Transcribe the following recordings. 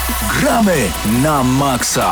Gramy na maksa!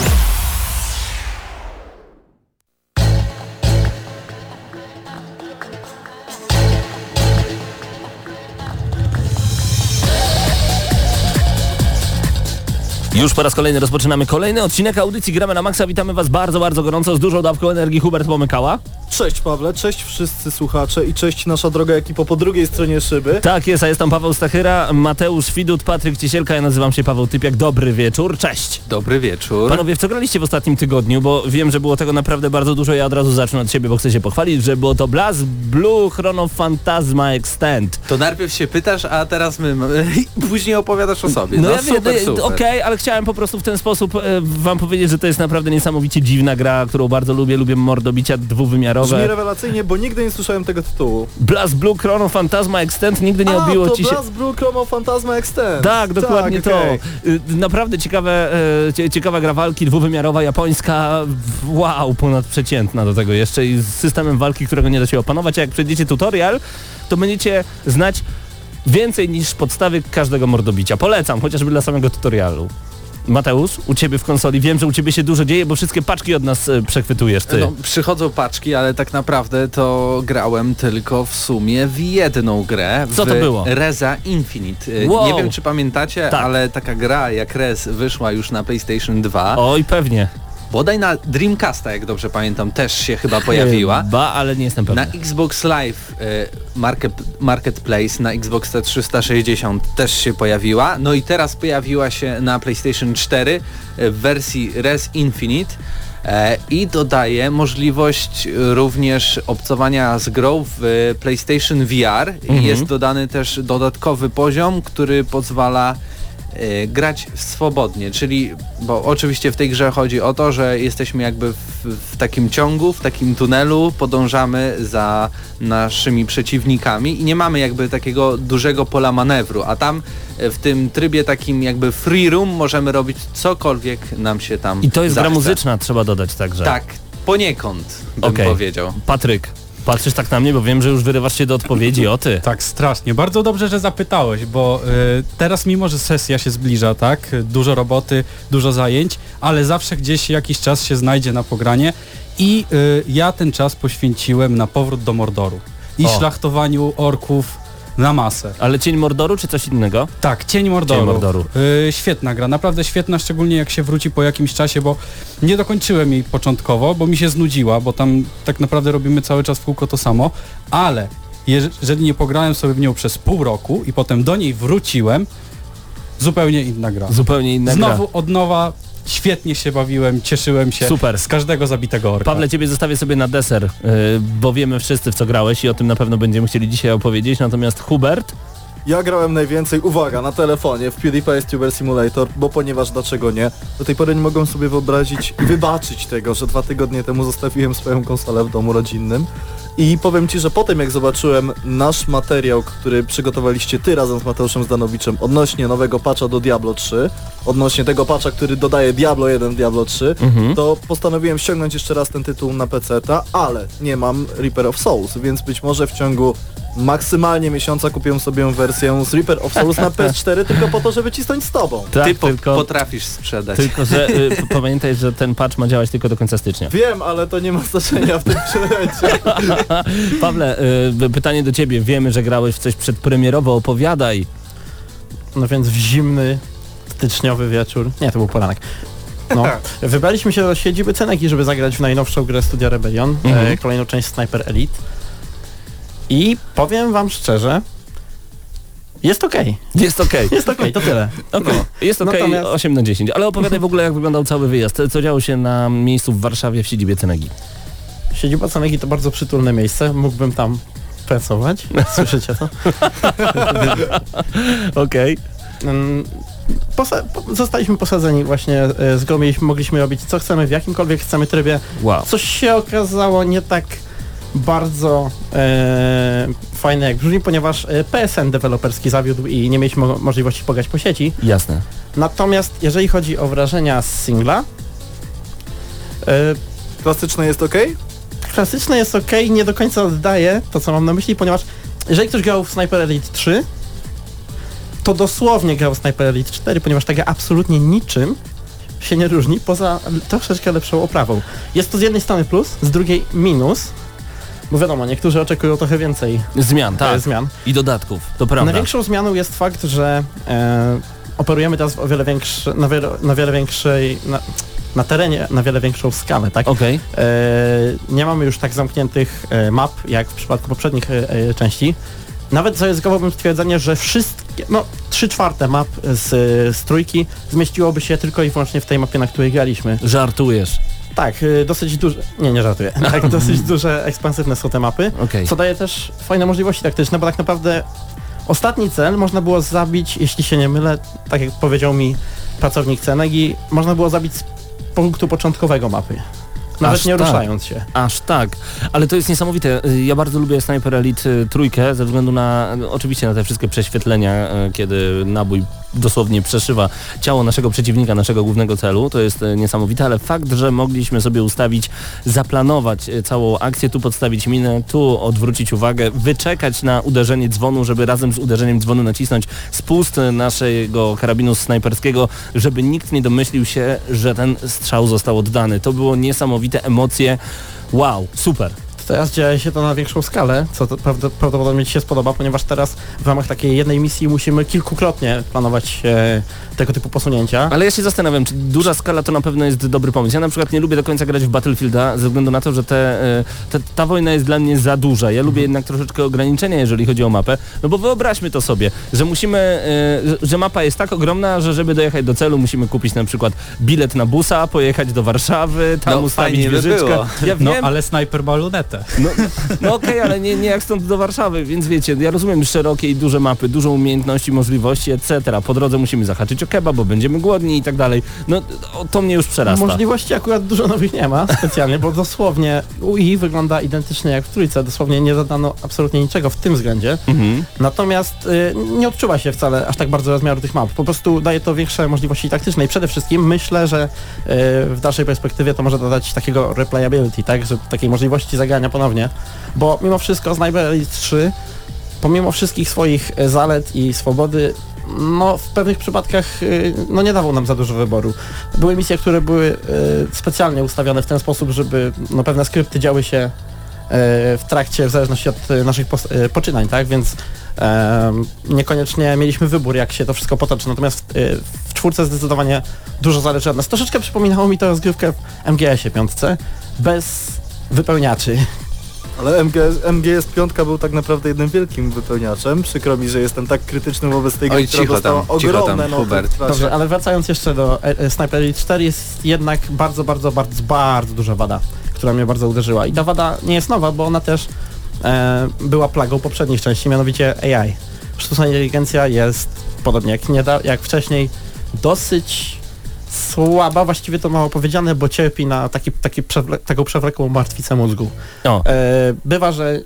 Już po raz kolejny rozpoczynamy kolejny odcinek audycji Gramy na Maxa. Witamy Was bardzo, bardzo gorąco z dużą dawką energii. Hubert Pomykała. Cześć Pawle, cześć wszyscy słuchacze i cześć nasza droga ekipo po drugiej stronie szyby. Tak jest, a jest tam Paweł Stachyra, Mateusz Widut, Patryk Ciesielka, ja nazywam się Paweł Typiak. Dobry wieczór, cześć. Dobry wieczór. Panowie, w co graliście w ostatnim tygodniu? Bo wiem, że było tego naprawdę bardzo dużo. Ja od razu zacznę od siebie, bo chcę się pochwalić, że było to BlazBlue Chrono Phantasma Extend. To najpierw się pytasz, a teraz później opowiadasz o sobie. No ja super, wiem, super. Okej, ale chciałem po prostu w ten sposób wam powiedzieć, że to jest naprawdę niesamowicie dziwna gra, którą bardzo lubię. Lubię mordobicia dwuwymiarowe. Brzmi rewelacyjnie, bo nigdy nie słyszałem tego tytułu. BlazBlue Chrono Phantasma Extend nigdy nie obiło ci się... BlazBlue Chrono Phantasma Extend. Tak, dokładnie tak, okay. to. Naprawdę ciekawa gra walki, dwuwymiarowa, japońska, wow, ponadprzeciętna do tego jeszcze i z systemem walki, którego nie da się opanować. A jak przejdziecie tutorial, to będziecie znać więcej niż podstawy każdego mordobicia. Polecam, chociażby dla samego tutorialu. Mateusz, u Ciebie w konsoli, wiem, że u Ciebie się dużo dzieje, bo wszystkie paczki od nas przechwytujesz ty. No, przychodzą paczki, ale tak naprawdę to grałem tylko w sumie w jedną grę. Co to było? Reza Infinite. Wow. Nie wiem, czy pamiętacie, Tak. ale taka gra jak Rez wyszła już na PlayStation 2. Oj, pewnie. Bodaj na Dreamcasta, jak dobrze pamiętam, też się chyba pojawiła. Chyba, ale nie jestem pewny. Na Xbox Live Marketplace, na Xbox 360 też się pojawiła. No i teraz pojawiła się na PlayStation 4 w wersji Rez Infinite i dodaje możliwość również obcowania z grą w PlayStation VR. Jest dodany też dodatkowy poziom, który pozwala grać swobodnie, czyli, bo oczywiście w tej grze chodzi o to, że jesteśmy jakby w takim ciągu, w takim tunelu, podążamy za naszymi przeciwnikami i nie mamy jakby takiego dużego pola manewru, a tam w tym trybie takim jakby free room możemy robić cokolwiek nam się tam I to jest zachce. gra muzyczna, trzeba dodać także. Tak, poniekąd bym Okej. powiedział. Patryk, patrzysz tak na mnie, bo wiem, że już wyrywasz się do odpowiedzi, o ty. Tak, strasznie. Bardzo dobrze, że zapytałeś, bo teraz mimo, że sesja się zbliża, tak, dużo roboty, dużo zajęć, ale zawsze gdzieś jakiś czas się znajdzie na pogranie i ja ten czas poświęciłem na powrót do Mordoru i O. szlachtowaniu orków na masę. Ale Cień Mordoru czy coś innego? Tak, Cień Mordoru. Cień Mordoru. Świetna gra, naprawdę świetna, szczególnie jak się wróci po jakimś czasie, bo nie dokończyłem jej początkowo, bo mi się znudziła, bo tam tak naprawdę robimy cały czas w kółko to samo, ale jeżeli nie pograłem sobie w nią przez pół roku i potem do niej wróciłem, zupełnie inna gra. Zupełnie inna gra. Znowu od nowa, świetnie się bawiłem, cieszyłem się Super. z każdego zabitego orka. Pawle, Ciebie zostawię sobie na deser, bo wiemy wszyscy, w co grałeś i o tym na pewno będziemy chcieli dzisiaj opowiedzieć, natomiast Hubert... Ja grałem najwięcej, uwaga, na telefonie w PewDiePie's Tuber Simulator, bo ponieważ dlaczego nie? Do tej pory nie mogłem sobie wyobrazić i wybaczyć tego, że 2 tygodnie temu zostawiłem swoją konsolę w domu rodzinnym. I powiem Ci, że potem jak zobaczyłem nasz materiał, który przygotowaliście Ty razem z Mateuszem Zdanowiczem odnośnie nowego patcha do Diablo 3, odnośnie tego patcha, który dodaje Diablo 1, Diablo 3, to postanowiłem ściągnąć jeszcze raz ten tytuł na PC-ta, ale nie mam Reaper of Souls, więc być może w ciągu maksymalnie miesiąca kupię sobie wersję z Reaper of Souls na PS4 tylko po to, żeby cisnąć z Tobą. Tak, Ty tylko, potrafisz sprzedać. tylko, że pamiętaj, że ten patch ma działać tylko do końca stycznia. Wiem, ale to nie ma znaczenia w tym przelecie. Pawle, pytanie do Ciebie. Wiemy, że grałeś w coś przedpremierowo, opowiadaj. No więc w zimny, styczniowy wieczór, nie, to był poranek. No, wybraliśmy się do siedziby Cenegi, żeby zagrać w najnowszą grę Studia Rebellion, kolejną część Sniper Elite. I powiem wam szczerze, jest okej. Jest okej. Jest okej, to tyle. Okay. Jest okej, Natomiast- 8 na 10. Ale opowiadaj w ogóle, jak wyglądał cały wyjazd. Co działo się na miejscu w Warszawie w siedzibie Cenegi. Siedziba Cenegi to bardzo przytulne miejsce, mógłbym tam pracować. Słyszycie to? Okej. Zostaliśmy posadzeni właśnie z grą, mogliśmy robić co chcemy, w jakimkolwiek chcemy trybie. Wow. Coś się okazało nie tak bardzo fajne jak brzmi, ponieważ PSN deweloperski zawiódł i nie mieliśmy możliwości pograć po sieci. Jasne. Natomiast jeżeli chodzi o wrażenia z singla, Klasyczne jest okej? klasyczne jest okej, nie do końca oddaje to, co mam na myśli, ponieważ jeżeli ktoś grał w Sniper Elite 3, to dosłownie grał Sniper Elite 4, ponieważ tak absolutnie niczym się nie różni, poza troszeczkę lepszą oprawą. Jest to z jednej strony plus, z drugiej minus, bo wiadomo, niektórzy oczekują trochę więcej Zmian, tak. zmian. I dodatków, to prawda. Największą zmianą jest fakt, że operujemy teraz o wiele większy, na wiele większej, na terenie, na wiele większą skalę, tak? Okej. Nie mamy już tak zamkniętych map, jak w przypadku poprzednich części. Nawet zaryzykowałbym stwierdzenie, że wszystkie, 3/4 map z trójki zmieściłoby się tylko i wyłącznie w tej mapie, na której graliśmy. Żartujesz. Tak, dosyć duże, nie żartuję, tak, dosyć duże, ekspansywne są te mapy, Okej. co daje też fajne możliwości taktyczne, bo tak naprawdę ostatni cel można było zabić, jeśli się nie mylę, tak jak powiedział mi pracownik Cenegi, można było zabić z punktu początkowego mapy. Nawet Aż nie tak. ruszając się. Aż tak, ale to jest niesamowite. Ja bardzo lubię Sniper Elite trójkę ze względu na, oczywiście na te wszystkie prześwietlenia, kiedy nabój dosłownie przeszywa ciało naszego przeciwnika, naszego głównego celu. To jest niesamowite, ale fakt, że mogliśmy sobie ustawić, zaplanować całą akcję, tu podstawić minę, tu odwrócić uwagę, wyczekać na uderzenie dzwonu, żeby razem z uderzeniem dzwonu nacisnąć spust naszego karabinu snajperskiego, żeby nikt nie domyślił się, że ten strzał został oddany. To było niesamowite, emocje. Wow, super. Teraz dzieje się to na większą skalę, co to prawdopodobnie Ci się spodoba, ponieważ teraz w ramach takiej jednej misji musimy kilkukrotnie planować tego typu posunięcia. Ale ja się zastanawiam, czy duża skala to na pewno jest dobry pomysł. Ja na przykład nie lubię do końca grać w Battlefielda ze względu na to, że ta wojna jest dla mnie za duża. Ja lubię jednak troszeczkę ograniczenia, jeżeli chodzi o mapę. No bo wyobraźmy to sobie, że musimy, że mapa jest tak ogromna, że żeby dojechać do celu musimy kupić na przykład bilet na busa, pojechać do Warszawy, tam ustawić fajnie by wieżyczkę. było. Ja No wiem, ale snajper ma lunetę. no okej, ale nie jak stąd do Warszawy, więc wiecie, ja rozumiem szerokie i duże mapy, dużo umiejętności, możliwości, etc. Po drodze musimy zahaczyć o kebab, bo będziemy głodni i tak dalej. No to mnie już przerasta. Możliwości akurat dużo nowych nie ma specjalnie, bo dosłownie UI wygląda identycznie jak w trójce, dosłownie nie dodano absolutnie niczego w tym względzie. Mhm. Natomiast nie odczuwa się wcale aż tak bardzo rozmiaru tych map. Po prostu daje to większe możliwości taktyczne i przede wszystkim myślę, że w dalszej perspektywie to może dodać takiego replayability, tak, że takiej możliwości zagrania ponownie, bo mimo wszystko Sniper Elite 3, pomimo wszystkich swoich zalet i swobody, no w pewnych przypadkach nie dawał nam za dużo wyboru. Były misje, które były specjalnie ustawione w ten sposób, żeby pewne skrypty działy się w trakcie, w zależności od naszych poczynań, tak, więc niekoniecznie mieliśmy wybór, jak się to wszystko potoczy, natomiast w czwórce zdecydowanie dużo zależy od nas. Troszeczkę przypominało mi to rozgrywkę w MGS-ie 5, bez wypełniaczy. Ale MGS 5 był tak naprawdę jednym wielkim wypełniaczem. Przykro mi, że jestem tak krytyczny wobec tej gry, która dostała ogromne noty w trakcie. Dobrze, ale wracając jeszcze do Sniper Elite 4, jest jednak bardzo duża wada, która mnie bardzo uderzyła. I ta wada nie jest nowa, bo ona też była plagą poprzednich części, mianowicie AI. Sztuczna inteligencja jest, podobnie jak wcześniej, dosyć słaba, właściwie to mało powiedziane, bo cierpi na taką przewlekłą martwicę mózgu. O. Bywa, że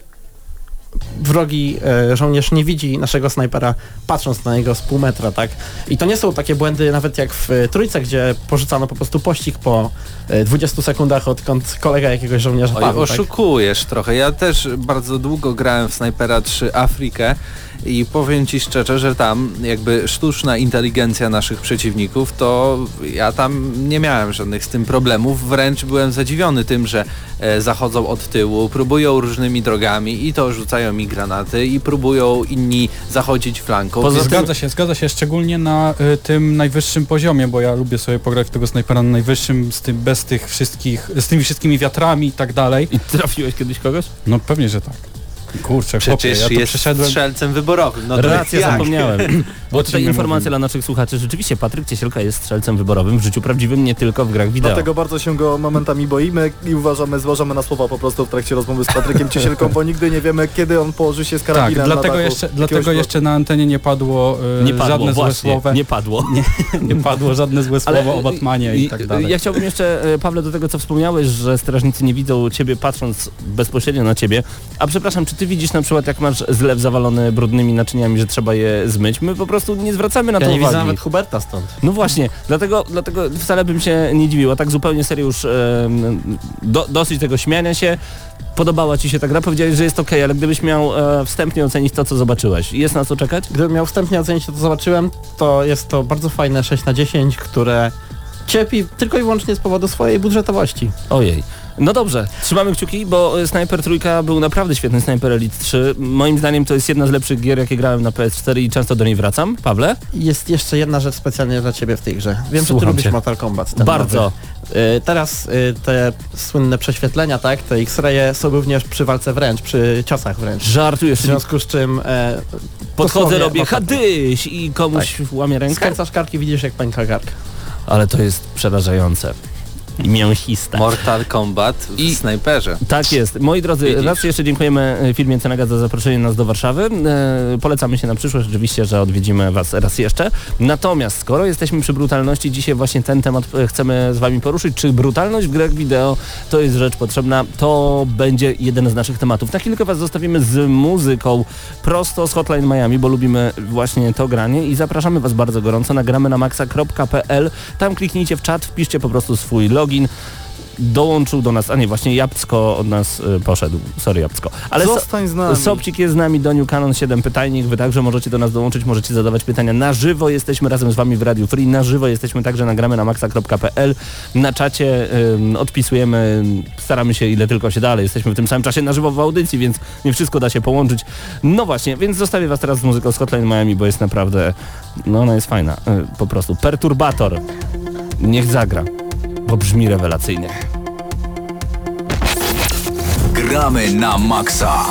wrogi żołnierz nie widzi naszego snajpera, patrząc na niego z pół metra, tak? I to nie są takie błędy nawet jak w trójce, gdzie porzucano po prostu pościg po 20 sekundach, odkąd kolega jakiegoś żołnierza padł, tak? Oszukujesz trochę. Ja też bardzo długo grałem w Snipera 3 Afrykę i powiem Ci szczerze, że tam jakby sztuczna inteligencja naszych przeciwników, to ja tam nie miałem żadnych z tym problemów, wręcz byłem zadziwiony tym, że zachodzą od tyłu, próbują różnymi drogami i to rzucają mi granaty i próbują inni zachodzić flanką. Zgadza się, szczególnie na tym najwyższym poziomie, bo ja lubię sobie pograć w tego snajpera na najwyższym, z tymi wszystkimi wiatrami i tak dalej. I trafiłeś kiedyś kogoś? No pewnie, że tak. Kurczę, przecież ja to jest przeszedłem... strzelcem wyborowym. No Racja, zapomniałem. Bo tutaj czym informacja mówimy? dla naszych słuchaczy. Rzeczywiście Patryk Ciesielka jest strzelcem wyborowym w życiu prawdziwym, nie tylko w grach wideo. Dlatego bardzo się go momentami boimy i zważamy na słowa po prostu w trakcie rozmowy z Patrykiem Ciesielką, bo nigdy nie wiemy, kiedy on położy się z karabinem Tak, na dachu dlatego jeszcze na antenie nie padło, żadne złe słowo. Nie padło. Nie padło żadne złe słowo o Batmanie i tak dalej. Ja chciałbym jeszcze, Pawle, do tego, co wspomniałeś, że strażnicy nie widzą ciebie patrząc bezpośrednio na ciebie. A przepraszam, czy ty widzisz na przykład, jak masz zlew zawalony brudnymi naczyniami, że trzeba je zmyć. My po prostu nie zwracamy na to Ja nie uwagi. widzę nawet Huberta stąd. No właśnie, dlatego wcale bym się nie dziwił. A tak zupełnie serio już dosyć tego śmiania się. Podobała ci się ta gra? Powiedziałeś, że jest okej, ale gdybyś miał wstępnie ocenić to, co zobaczyłeś. Jest na co czekać? Gdybym miał wstępnie ocenić to, co zobaczyłem, to jest to bardzo fajne 6/10, które cierpi tylko i wyłącznie z powodu swojej budżetowości. Ojej. No dobrze, trzymamy kciuki, bo Sniper Trójka był naprawdę świetny, Sniper Elite 3. Moim zdaniem to jest jedna z lepszych gier, jakie grałem na PS4 i często do niej wracam. Pawle? Jest jeszcze jedna rzecz specjalnie dla ciebie w tej grze. Wiem, że Słucham ty lubisz cię. Mortal Kombat. ten Bardzo. nowy. Teraz te słynne prześwietlenia, tak, te X-raye są również przy walce wręcz, przy ciosach wręcz. Żartujesz, W związku z czym podchodzę, dosłownie robię mocno. hadyś i komuś łamie rękę. Skręcasz karki, widzisz jak pęka kark. Ale to jest przerażające. I mięsiste. Mortal Kombat w I- snajperze. Tak jest. Moi drodzy, Widzisz. raz jeszcze dziękujemy firmie Cenaga za zaproszenie nas do Warszawy. Polecamy się na przyszłość, oczywiście, że odwiedzimy Was raz jeszcze. Natomiast skoro jesteśmy przy brutalności, dzisiaj właśnie ten temat chcemy z Wami poruszyć. Czy brutalność w grach wideo to jest rzecz potrzebna? To będzie jeden z naszych tematów. Na chwilkę Was zostawimy z muzyką prosto z Hotline Miami, bo lubimy właśnie to granie i zapraszamy Was bardzo gorąco na gramy na maxa.pl. Tam kliknijcie w czat, wpiszcie po prostu swój login. Dołączył do nas, a nie, właśnie Jabłko od nas poszedł. Sorry, Jabłko. Ale Zostań z nami. Sobcik jest z nami, Doniu Canon 7 pytajnik, wy także możecie do nas dołączyć, możecie zadawać pytania na żywo, jesteśmy razem z wami w Radio Free, na żywo jesteśmy także nagramy na maxa.pl, na czacie odpisujemy, staramy się ile tylko się da, ale jesteśmy w tym samym czasie na żywo w audycji, więc nie wszystko da się połączyć. No właśnie, więc zostawię was teraz z muzyką z Hotline Miami, bo jest naprawdę, no ona jest fajna, po prostu. Perturbator, niech zagra, bo brzmi rewelacyjnie. Gramy na maksa.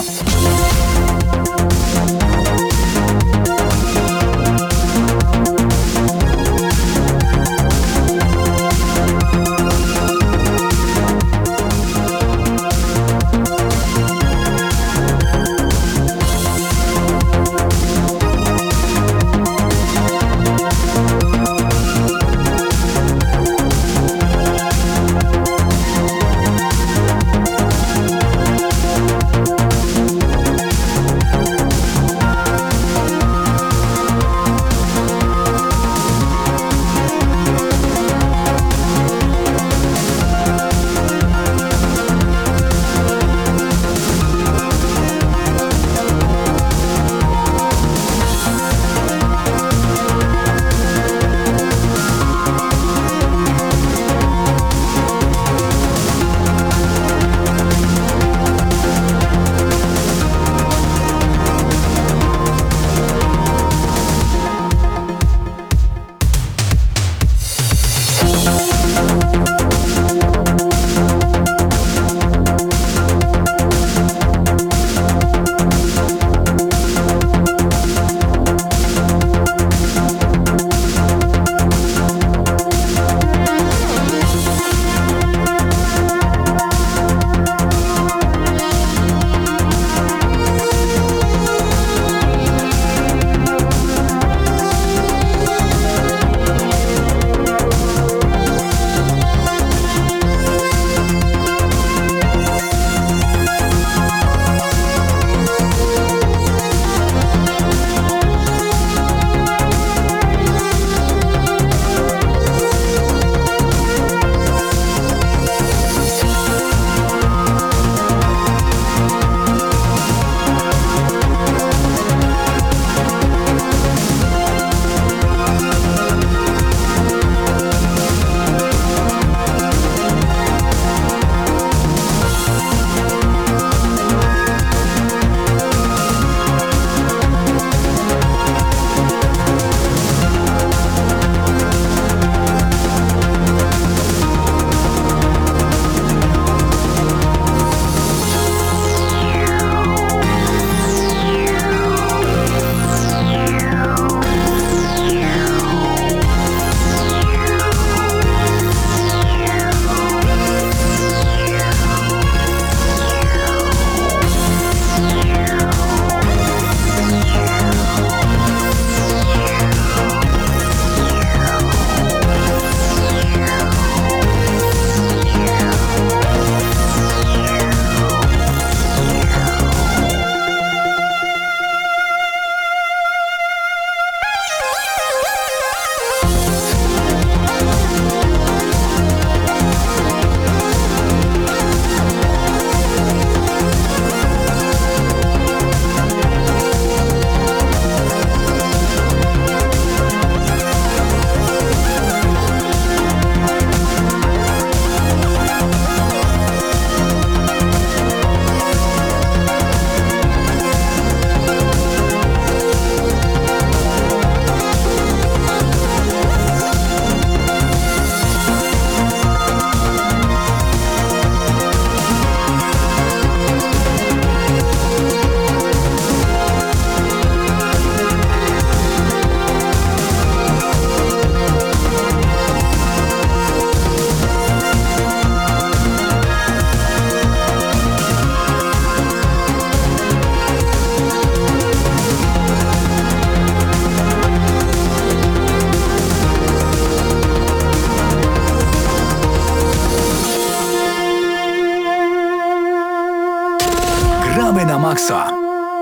maksa.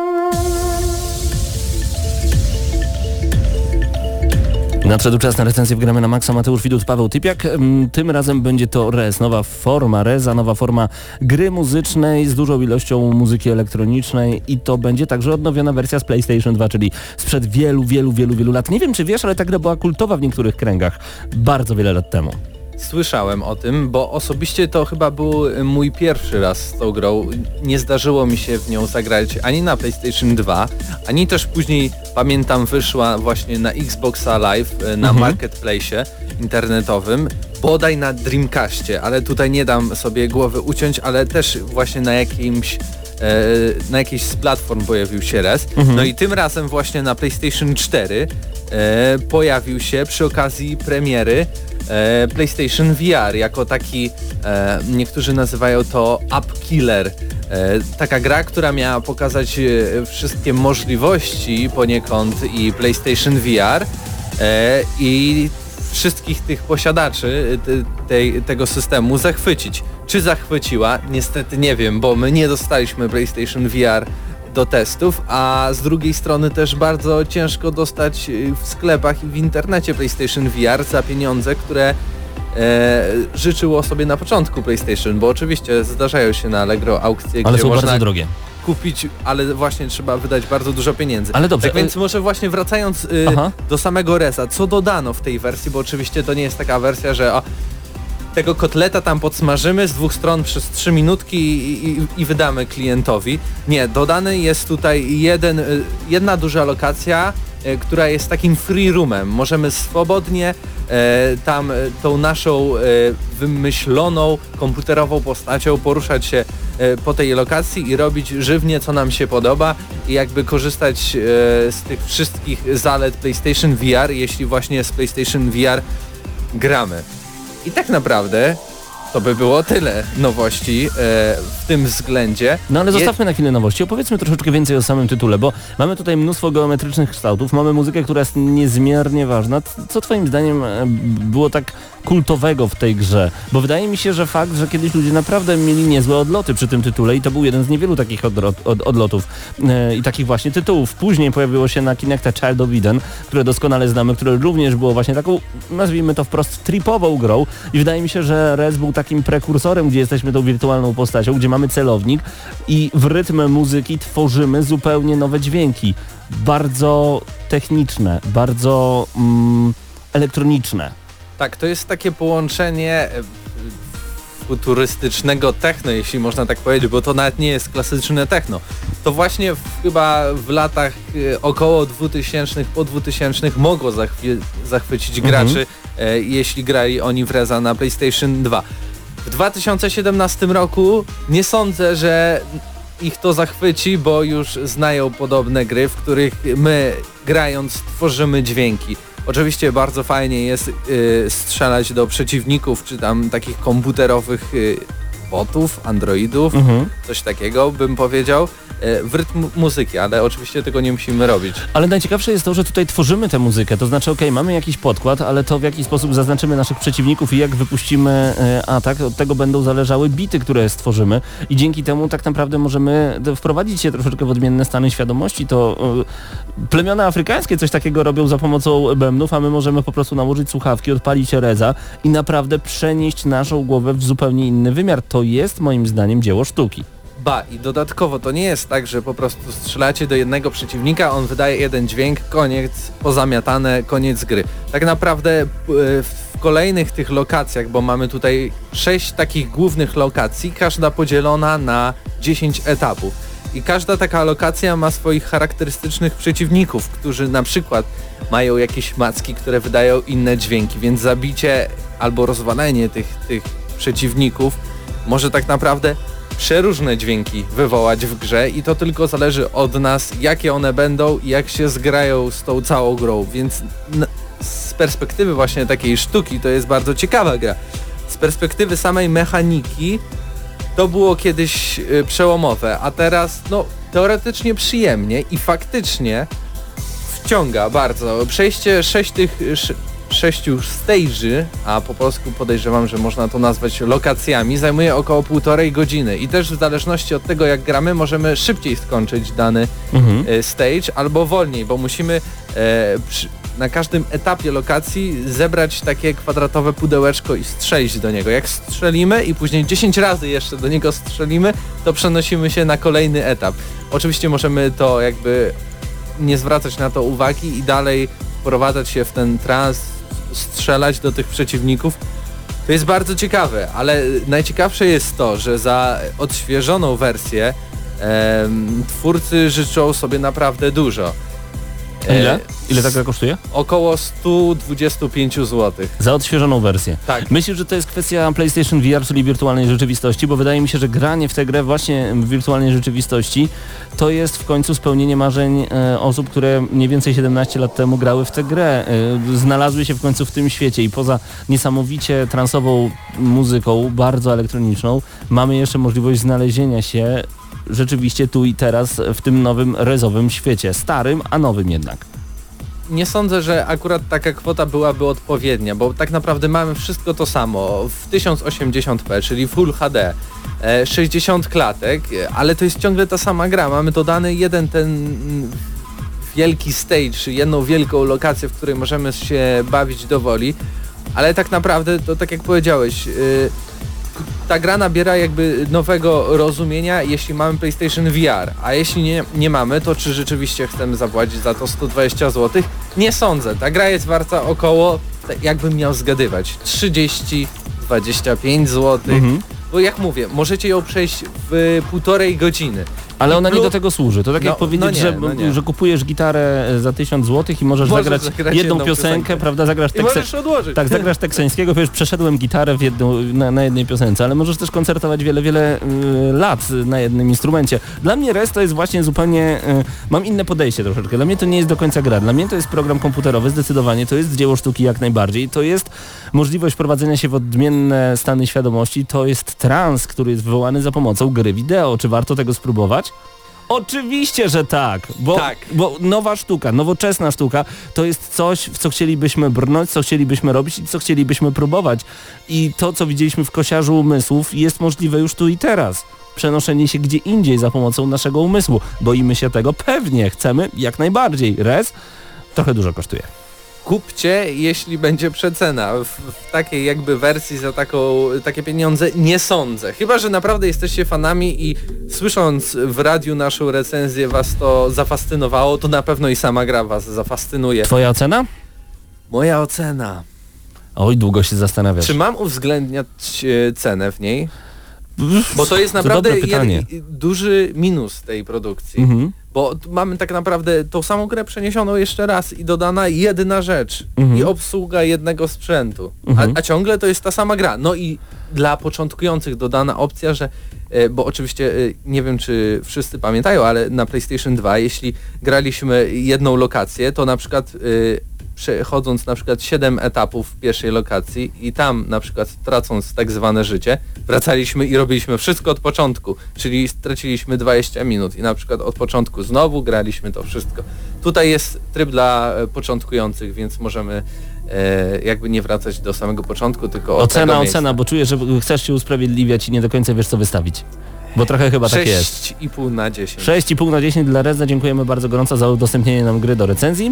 Nadszedł czas na recenzję w Gramy na Maxa. Mateusz Widut, Paweł Typiak. Tym razem będzie to Rez, nowa forma Reza, nowa forma gry muzycznej z dużą ilością muzyki elektronicznej i to będzie także odnowiona wersja z PlayStation 2, czyli sprzed wielu lat. Nie wiem, czy wiesz, ale ta gra była kultowa w niektórych kręgach bardzo wiele lat temu. Słyszałem o tym, bo osobiście to chyba był mój pierwszy raz z tą grą. Nie zdarzyło mi się w nią zagrać ani na PlayStation 2, ani też później, pamiętam, wyszła właśnie na Xboxa Live, na marketplace'ie internetowym, bodaj na Dreamcastie, ale tutaj nie dam sobie głowy uciąć, ale też właśnie na jakiejś z platform pojawił się Rez. No i tym razem właśnie na PlayStation 4 pojawił się przy okazji premiery PlayStation VR jako taki, niektórzy nazywają to App Killer. Taka gra, która miała pokazać wszystkie możliwości poniekąd i PlayStation VR i wszystkich tych posiadaczy tego systemu zachwycić. Czy zachwyciła? Niestety nie wiem, bo my nie dostaliśmy PlayStation VR do testów, a z drugiej strony też bardzo ciężko dostać w sklepach i w internecie PlayStation VR za pieniądze, które życzyło sobie na początku PlayStation, bo oczywiście zdarzają się na Allegro aukcje, Ale gdzie są można bardzo drogie. kupić, ale właśnie trzeba wydać bardzo dużo pieniędzy. Ale dobrze. Tak więc może właśnie wracając do samego Reza, co dodano w tej wersji, bo oczywiście to nie jest taka wersja, że tego kotleta tam podsmażymy z dwóch stron przez 3 minutki i wydamy klientowi. Nie, dodany jest tutaj jedna duża lokacja, która jest takim free roomem. Możemy swobodnie tam tą naszą wymyśloną komputerową postacią poruszać się po tej lokacji i robić żywnie, co nam się podoba i jakby korzystać z tych wszystkich zalet PlayStation VR, jeśli właśnie z PlayStation VR gramy. I tak naprawdę to by było tyle nowości w tym względzie. No ale zostawmy na chwilę nowości. Opowiedzmy troszeczkę więcej o samym tytule, bo mamy tutaj mnóstwo geometrycznych kształtów, mamy muzykę, która jest niezmiernie ważna. Co twoim zdaniem było tak kultowego w tej grze? Bo wydaje mi się, że fakt, że kiedyś ludzie naprawdę mieli niezłe odloty przy tym tytule i to był jeden z niewielu takich odlotów i takich właśnie tytułów. Później pojawiło się na Kinecta Child of Eden, które doskonale znamy, które również było właśnie taką, nazwijmy to wprost, tripową grą i wydaje mi się, że Rez był takim prekursorem, gdzie jesteśmy tą wirtualną postacią, gdzie mamy celownik i w rytm muzyki tworzymy zupełnie nowe dźwięki. Bardzo techniczne, bardzo elektroniczne. Tak, to jest takie połączenie futurystycznego techno, jeśli można tak powiedzieć, bo to nawet nie jest klasyczne techno. To właśnie chyba w latach około 2000, po 2000 mogło zachwycić graczy, jeśli grali oni w Reza na PlayStation 2. W 2017 roku nie sądzę, że ich to zachwyci, bo już znają podobne gry, w których my grając tworzymy dźwięki. Oczywiście bardzo fajnie jest strzelać do przeciwników, czy tam takich komputerowych botów, androidów, coś takiego bym powiedział, w rytm muzyki, ale oczywiście tego nie musimy robić. Ale najciekawsze jest to, że tutaj tworzymy tę muzykę, to znaczy mamy jakiś podkład, ale to w jaki sposób zaznaczymy naszych przeciwników i jak wypuścimy atak, od tego będą zależały bity, które stworzymy i dzięki temu tak naprawdę możemy wprowadzić się troszeczkę w odmienne stany świadomości. To plemiona afrykańskie coś takiego robią za pomocą bębnów, a my możemy po prostu nałożyć słuchawki, odpalić Reza i naprawdę przenieść naszą głowę w zupełnie inny wymiar. To jest moim zdaniem dzieło sztuki. I dodatkowo to nie jest tak, że po prostu strzelacie do jednego przeciwnika, on wydaje jeden dźwięk, koniec, pozamiatane, koniec gry. Tak naprawdę w kolejnych tych lokacjach, bo mamy tutaj 6 takich głównych lokacji, każda podzielona na 10 etapów. I każda taka lokacja ma swoich charakterystycznych przeciwników, którzy na przykład mają jakieś macki, które wydają inne dźwięki, więc zabicie albo rozwalenie tych przeciwników może tak naprawdę przeróżne dźwięki wywołać w grze i to tylko zależy od nas, jakie one będą i jak się zgrają z tą całą grą, więc z perspektywy właśnie takiej sztuki to jest bardzo ciekawa gra. Z perspektywy samej mechaniki to było kiedyś przełomowe, a teraz teoretycznie przyjemnie i faktycznie wciąga bardzo. Przejście 6 stage'y, a po polsku podejrzewam, że można to nazwać lokacjami, zajmuje około 1,5 godziny i też w zależności od tego jak gramy możemy szybciej skończyć dany stage albo wolniej, bo musimy na każdym etapie lokacji zebrać takie kwadratowe pudełeczko i strzelić do niego. Jak strzelimy i później 10 razy jeszcze do niego strzelimy, to przenosimy się na kolejny etap. Oczywiście możemy to jakby nie zwracać na to uwagi i dalej wprowadzać się w ten trans, strzelać do tych przeciwników. To jest bardzo ciekawe, ale najciekawsze jest to, że za odświeżoną wersję twórcy życzą sobie naprawdę dużo. Ile? Ile ta gra kosztuje? Około 125 zł. Za odświeżoną wersję. Tak. Myślisz, że to jest kwestia PlayStation VR, czyli wirtualnej rzeczywistości, bo wydaje mi się, że granie w tę grę właśnie w wirtualnej rzeczywistości to jest w końcu spełnienie marzeń osób, które mniej więcej 17 lat temu grały w tę grę. Znalazły się w końcu w tym świecie i poza niesamowicie transową muzyką, bardzo elektroniczną, mamy jeszcze możliwość znalezienia się rzeczywiście tu i teraz w tym nowym rezowym świecie. Starym, a nowym jednak. Nie sądzę, że akurat taka kwota byłaby odpowiednia, bo tak naprawdę mamy wszystko to samo w 1080p, czyli Full HD, 60 klatek, ale to jest ciągle ta sama gra. Mamy dodany jeden ten wielki stage, jedną wielką lokację, w której możemy się bawić do woli, ale tak naprawdę to tak jak powiedziałeś, ta gra nabiera jakby nowego rozumienia, jeśli mamy PlayStation VR, a jeśli nie mamy, to czy rzeczywiście chcemy zapłacić za to 120 zł? Nie sądzę. Ta gra jest warta około, jakbym miał zgadywać, 30-25 zł. Bo jak mówię, możecie ją przejść w 1,5 godziny. Ale ona nie do tego służy. To tak jak powiedzieć, że kupujesz gitarę za 1000 zł i możesz zagrać jedną piosenkę, prawda? Zagrasz zagrasz teksańskiego, powiesz, przeszedłem gitarę na jednej piosence, ale możesz też koncertować wiele lat na jednym instrumencie. Dla mnie Rez to jest właśnie zupełnie... mam inne podejście troszeczkę. Dla mnie to nie jest do końca gra. Dla mnie to jest program komputerowy, zdecydowanie. To jest dzieło sztuki jak najbardziej. To jest możliwość prowadzenia się w odmienne stany świadomości. To jest trans, który jest wywołany za pomocą gry wideo. Czy warto tego spróbować? Oczywiście, że tak, bo nowa sztuka, nowoczesna sztuka to jest coś, w co chcielibyśmy brnąć, co chcielibyśmy robić i co chcielibyśmy próbować. I to, co widzieliśmy w Kosiarzu Umysłów, jest możliwe już tu i teraz. Przenoszenie się gdzie indziej za pomocą naszego umysłu. Boimy się tego? Pewnie. Chcemy? Jak najbardziej. Rez trochę dużo kosztuje. Kupcie, jeśli będzie przecena. W takiej jakby wersji za takie pieniądze nie sądzę. Chyba że naprawdę jesteście fanami i słysząc w radiu naszą recenzję was to zafascynowało, to na pewno i sama gra was zafascynuje. Twoja ocena? Moja ocena. Oj, długo się zastanawiasz. Czy mam uwzględniać cenę w niej? Bo to jest naprawdę duży minus tej produkcji. Bo mamy tak naprawdę tą samą grę przeniesioną jeszcze raz i dodana jedyna rzecz i obsługa jednego sprzętu. A ciągle to jest ta sama gra. No i dla początkujących dodana opcja, że bo oczywiście nie wiem czy wszyscy pamiętają, ale na PlayStation 2 jeśli graliśmy jedną lokację, to na przykład przechodząc na przykład 7 etapów w pierwszej lokacji i tam na przykład tracąc tak zwane życie, wracaliśmy i robiliśmy wszystko od początku, czyli straciliśmy 20 minut i na przykład od początku znowu graliśmy to wszystko. Tutaj jest tryb dla początkujących, więc możemy jakby nie wracać do samego początku, tylko od tego miejsca. Ocena, bo czuję, że chcesz się usprawiedliwiać i nie do końca wiesz co wystawić. Bo trochę chyba tak jest. 6,5 na 10. 6,5 na 10 dla Reza. Dziękujemy bardzo gorąco za udostępnienie nam gry do recenzji.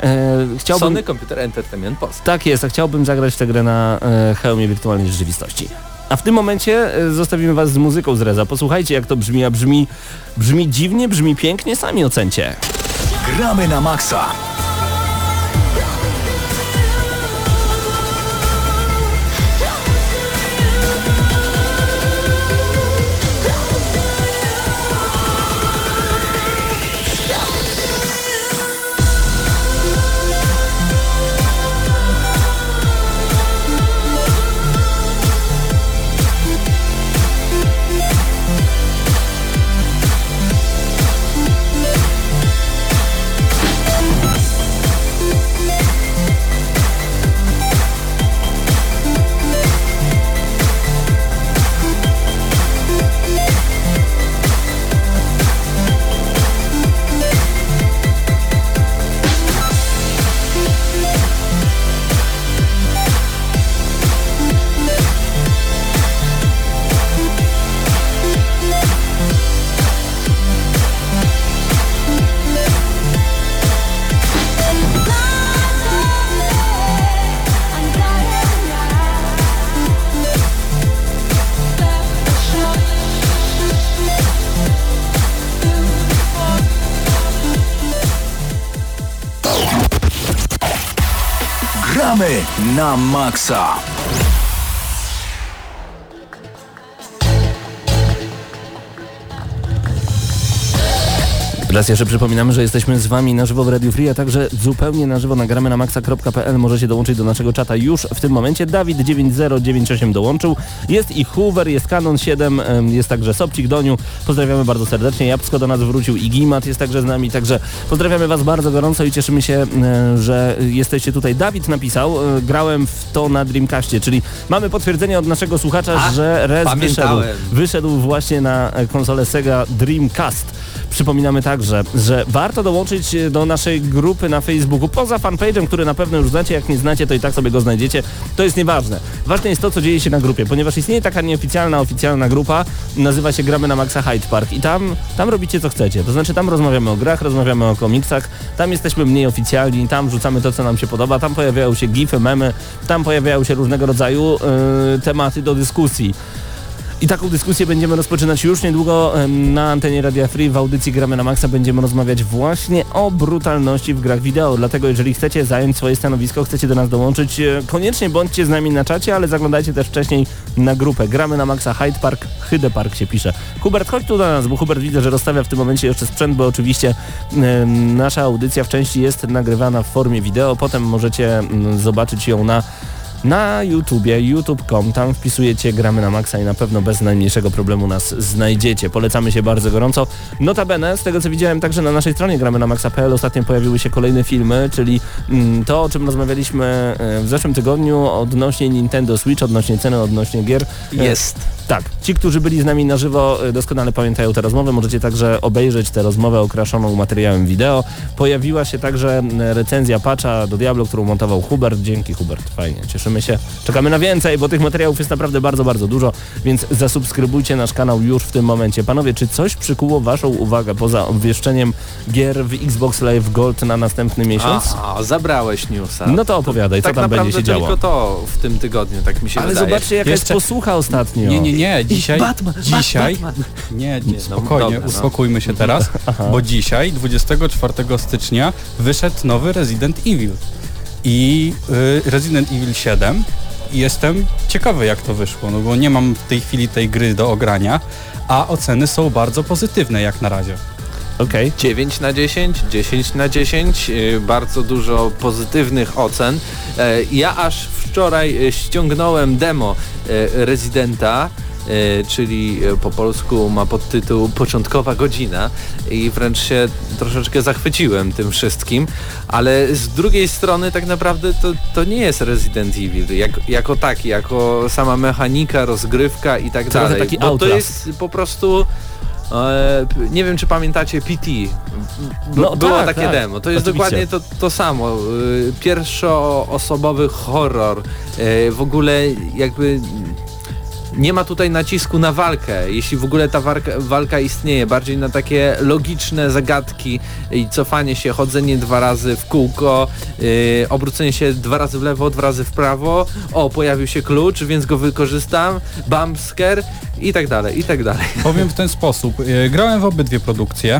Sony Computer Entertainment Polska. Tak jest, a chciałbym zagrać w tę grę na hełmie wirtualnej rzeczywistości. A w tym momencie zostawimy was z muzyką z Reza. Posłuchajcie jak to brzmi, a brzmi dziwnie, brzmi pięknie, sami ocencie. Gramy na maksa. na maksa. Raz jeszcze przypominamy, że jesteśmy z Wami na żywo w Radio Free, a także zupełnie na żywo nagramy na maxa.pl. Możecie dołączyć do naszego czata już w tym momencie. Dawid9098 dołączył. Jest i Hoover, jest Canon 7, jest także Sobcik Doniu. Pozdrawiamy bardzo serdecznie. Jabłsko do nas wrócił i Gimat jest także z nami. Także pozdrawiamy Was bardzo gorąco i cieszymy się, że jesteście tutaj. Dawid napisał, grałem w to na Dreamcastie, czyli mamy potwierdzenie od naszego słuchacza, że Rez wyszedł właśnie na konsolę Sega Dreamcast. Przypominamy także, że warto dołączyć do naszej grupy na Facebooku, poza fanpage'em, który na pewno już znacie, jak nie znacie, to i tak sobie go znajdziecie, to jest nieważne. Ważne jest to, co dzieje się na grupie, ponieważ istnieje taka nieoficjalna, oficjalna grupa, nazywa się Gramy na Maxa Hyde Park i tam robicie co chcecie, to znaczy tam rozmawiamy o grach, rozmawiamy o komiksach, tam jesteśmy mniej oficjalni, tam rzucamy to, co nam się podoba, tam pojawiają się gify, memy, tam pojawiają się różnego rodzaju tematy do dyskusji. I taką dyskusję będziemy rozpoczynać już niedługo na antenie Radia Free. W audycji Gramy na Maxa będziemy rozmawiać właśnie o brutalności w grach wideo. Dlatego jeżeli chcecie zająć swoje stanowisko, chcecie do nas dołączyć, koniecznie bądźcie z nami na czacie, ale zaglądajcie też wcześniej na grupę Gramy na Maxa Hyde Park. Hyde Park się pisze. Hubert, chodź tu do nas, bo Hubert widzę, że rozstawia w tym momencie jeszcze sprzęt, bo oczywiście nasza audycja w części jest nagrywana w formie wideo. Potem możecie zobaczyć ją na YouTubie, youtube.com, tam wpisujecie Gramy na Maxa i na pewno bez najmniejszego problemu nas znajdziecie. Polecamy się bardzo gorąco. Notabene, z tego co widziałem także na naszej stronie gramy na maxa.pl ostatnio pojawiły się kolejne filmy, czyli to, o czym rozmawialiśmy w zeszłym tygodniu odnośnie Nintendo Switch, odnośnie ceny, odnośnie gier. Jest. Tak, ci, którzy byli z nami na żywo, doskonale pamiętają tę rozmowę. Możecie także obejrzeć tę rozmowę okraszoną materiałem wideo. Pojawiła się także recenzja patcha do Diablo, którą montował Hubert. Dzięki Hubert, fajnie, cieszymy się. Czekamy na więcej, bo tych materiałów jest naprawdę bardzo, bardzo dużo, więc zasubskrybujcie nasz kanał już w tym momencie. Panowie, czy coś przykuło Waszą uwagę poza obwieszczeniem gier w Xbox Live Gold na następny miesiąc? Zabrałeś newsa. No to opowiadaj, co tak tam będzie się działo. tylko to w tym tygodniu, tak mi się Ale wydaje. zobaczcie, jaka jest posłucha ostatnio. Nie, dzisiaj... Batman. Nie, No, spokojnie, dobra, uspokójmy się teraz, bo dzisiaj, 24 stycznia, wyszedł nowy Resident Evil. I Resident Evil 7 i jestem ciekawy, jak to wyszło, no bo nie mam w tej chwili tej gry do ogrania, a oceny są bardzo pozytywne jak na razie. Okej. 9 na 10, 10 na 10, bardzo dużo pozytywnych ocen. Ja aż wczoraj ściągnąłem demo Residenta, czyli po polsku ma podtytuł Początkowa godzina i wręcz się troszeczkę zachwyciłem tym wszystkim, ale z drugiej strony tak naprawdę to nie jest Resident Evil jako taki, jako sama mechanika, rozgrywka i tak Trochę dalej, taki bo to Outlast. jest po prostu nie wiem, czy pamiętacie PT. No było tak, takie tak, demo. To jest oczywiście. dokładnie to samo. Pierwszoosobowy horror. W ogóle jakby nie ma tutaj nacisku na walkę, jeśli w ogóle ta walka istnieje, bardziej na takie logiczne zagadki i cofanie się, chodzenie 2 razy w kółko, obrócenie się 2 razy w lewo, 2 razy w prawo, pojawił się klucz, więc go wykorzystam, bumpsker i tak dalej, i tak dalej. Powiem w ten sposób, grałem w obydwie produkcje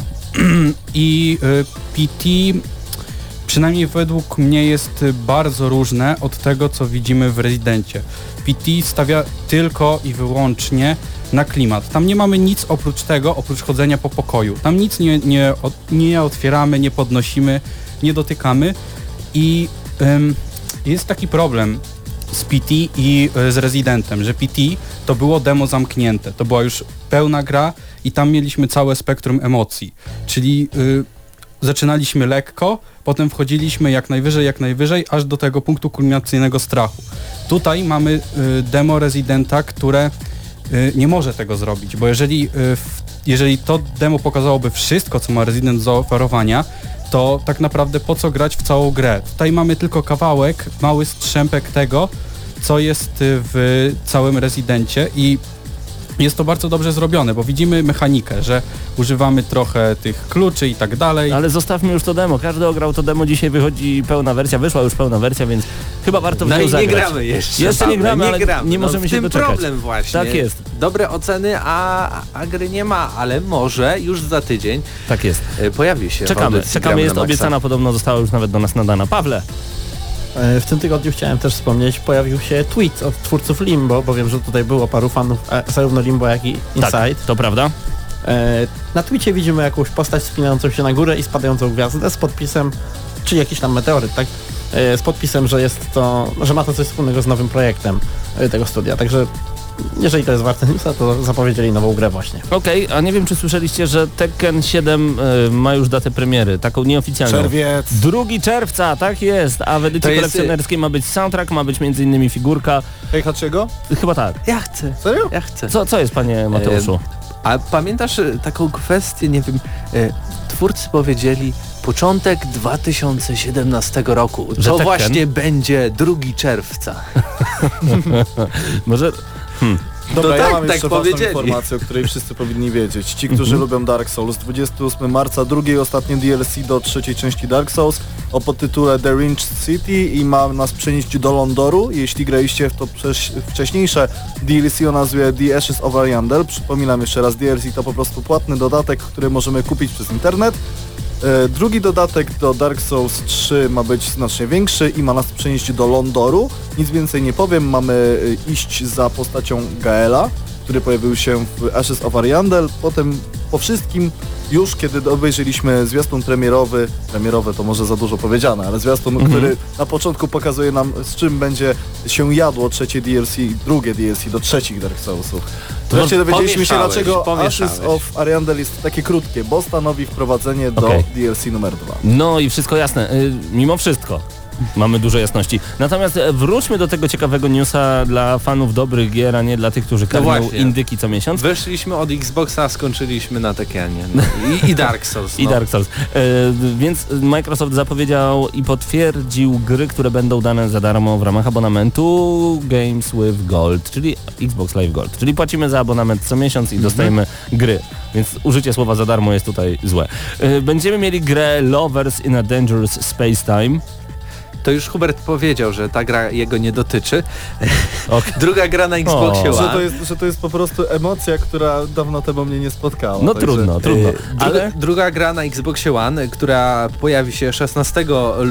i PT przynajmniej według mnie jest bardzo różne od tego, co widzimy w Rezydencie. PT stawia tylko i wyłącznie na klimat. Tam nie mamy nic oprócz tego, oprócz chodzenia po pokoju. Tam nic nie otwieramy, nie podnosimy, nie dotykamy i jest taki problem z PT i z Rezydentem, że PT to było demo zamknięte. To była już pełna gra i tam mieliśmy całe spektrum emocji. Czyli zaczynaliśmy lekko, potem wchodziliśmy jak najwyżej, aż do tego punktu kulminacyjnego strachu. Tutaj mamy demo Residenta, które nie może tego zrobić, bo jeżeli to demo pokazałoby wszystko, co ma Resident do zaoferowania, to tak naprawdę po co grać w całą grę? Tutaj mamy tylko kawałek, mały strzępek tego, co jest w całym Residencie i jest to bardzo dobrze zrobione, bo widzimy mechanikę, że używamy trochę tych kluczy i tak dalej. Ale zostawmy już to demo, każdy ograł to demo, dzisiaj wychodzi pełna wersja, wyszła już pełna wersja, więc chyba warto w nią No i zagrać. nie gramy jeszcze. Jeszcze nie gramy, ale nie możemy się doczekać. doczekać. Problem właśnie. Tak jest. Dobre oceny, a gry nie ma, ale może już za tydzień Tak jest. pojawi się. Czekamy, w audycji Gramy jest na Maxa. obiecana, podobno została już nawet do nas nadana. Pawle, W tym tygodniu chciałem też wspomnieć, pojawił się tweet od twórców Limbo, bo wiem, że tutaj było paru fanów zarówno Limbo, jak i Inside. Tak, to prawda. Na tweetie widzimy jakąś postać wspinającą się na górę i spadającą gwiazdę z podpisem, czy jakiś tam meteoryt, tak? Z podpisem, że ma to coś wspólnego z nowym projektem tego studia, także jeżeli to jest warte newsa, to zapowiedzieli nową grę właśnie. Okej, a nie wiem, czy słyszeliście, że Tekken 7 ma już datę premiery, taką nieoficjalną. Czerwiec. 2 czerwca, tak jest, a w edycji kolekcjonerskiej ma być soundtrack, ma być m.in. figurka. Heihachiego? Chyba tak. Ja chcę. Serio? Ja chcę. Co jest, panie Mateuszu? A pamiętasz taką kwestię, nie wiem, twórcy powiedzieli początek 2017 roku. Że To Tekken? właśnie będzie 2 czerwca. Może... Dobra, No ja tak, mam tak jeszcze ważną powiedzieli. informację, o której wszyscy powinni wiedzieć. Ci, którzy lubią Dark Souls, 28 marca, drugie i ostatnie DLC do trzeciej części Dark Souls o podtytule The Ringed City i ma nas przenieść do Londoru. Jeśli graliście w to wcześniejsze DLC o nazwie The Ashes of Ariandel, przypominam jeszcze raz, DLC to po prostu płatny dodatek, który możemy kupić przez internet. Drugi dodatek do Dark Souls 3 ma być znacznie większy i ma nas przenieść do Londoru. Nic więcej nie powiem, mamy iść za postacią Gaela, który pojawił się w Ashes of Ariandel. Potem po wszystkim, już kiedy obejrzeliśmy zwiastun premierowy to może za dużo powiedziane, ale zwiastun, który na początku pokazuje nam, z czym będzie się jadło trzecie DLC i drugie DLC do trzecich Dark Soulsów. Wreszcie dowiedzieliśmy się, dlaczego Ashes of Ariandel jest takie krótkie, bo stanowi wprowadzenie do DLC numer 2. No i wszystko jasne, mimo wszystko. Mamy dużo jasności. Natomiast wróćmy do tego ciekawego newsa dla fanów dobrych gier, a nie dla tych, którzy karmią indyki co miesiąc. Wyszliśmy od Xboxa, skończyliśmy na Tekkenie. No. I Dark Souls. I Dark Souls. Więc Microsoft zapowiedział i potwierdził gry, które będą dane za darmo w ramach abonamentu Games with Gold, czyli Xbox Live Gold. Czyli płacimy za abonament co miesiąc i dostajemy gry. Więc użycie słowa za darmo jest tutaj złe. Będziemy mieli grę Lovers in a Dangerous Space Time. To już Hubert powiedział, że ta gra jego nie dotyczy. Okay. Druga gra na Xboxie One. Że to jest po prostu emocja, która dawno temu mnie nie spotkała. No także, trudno. Ale druga gra na Xboxie One, która pojawi się 16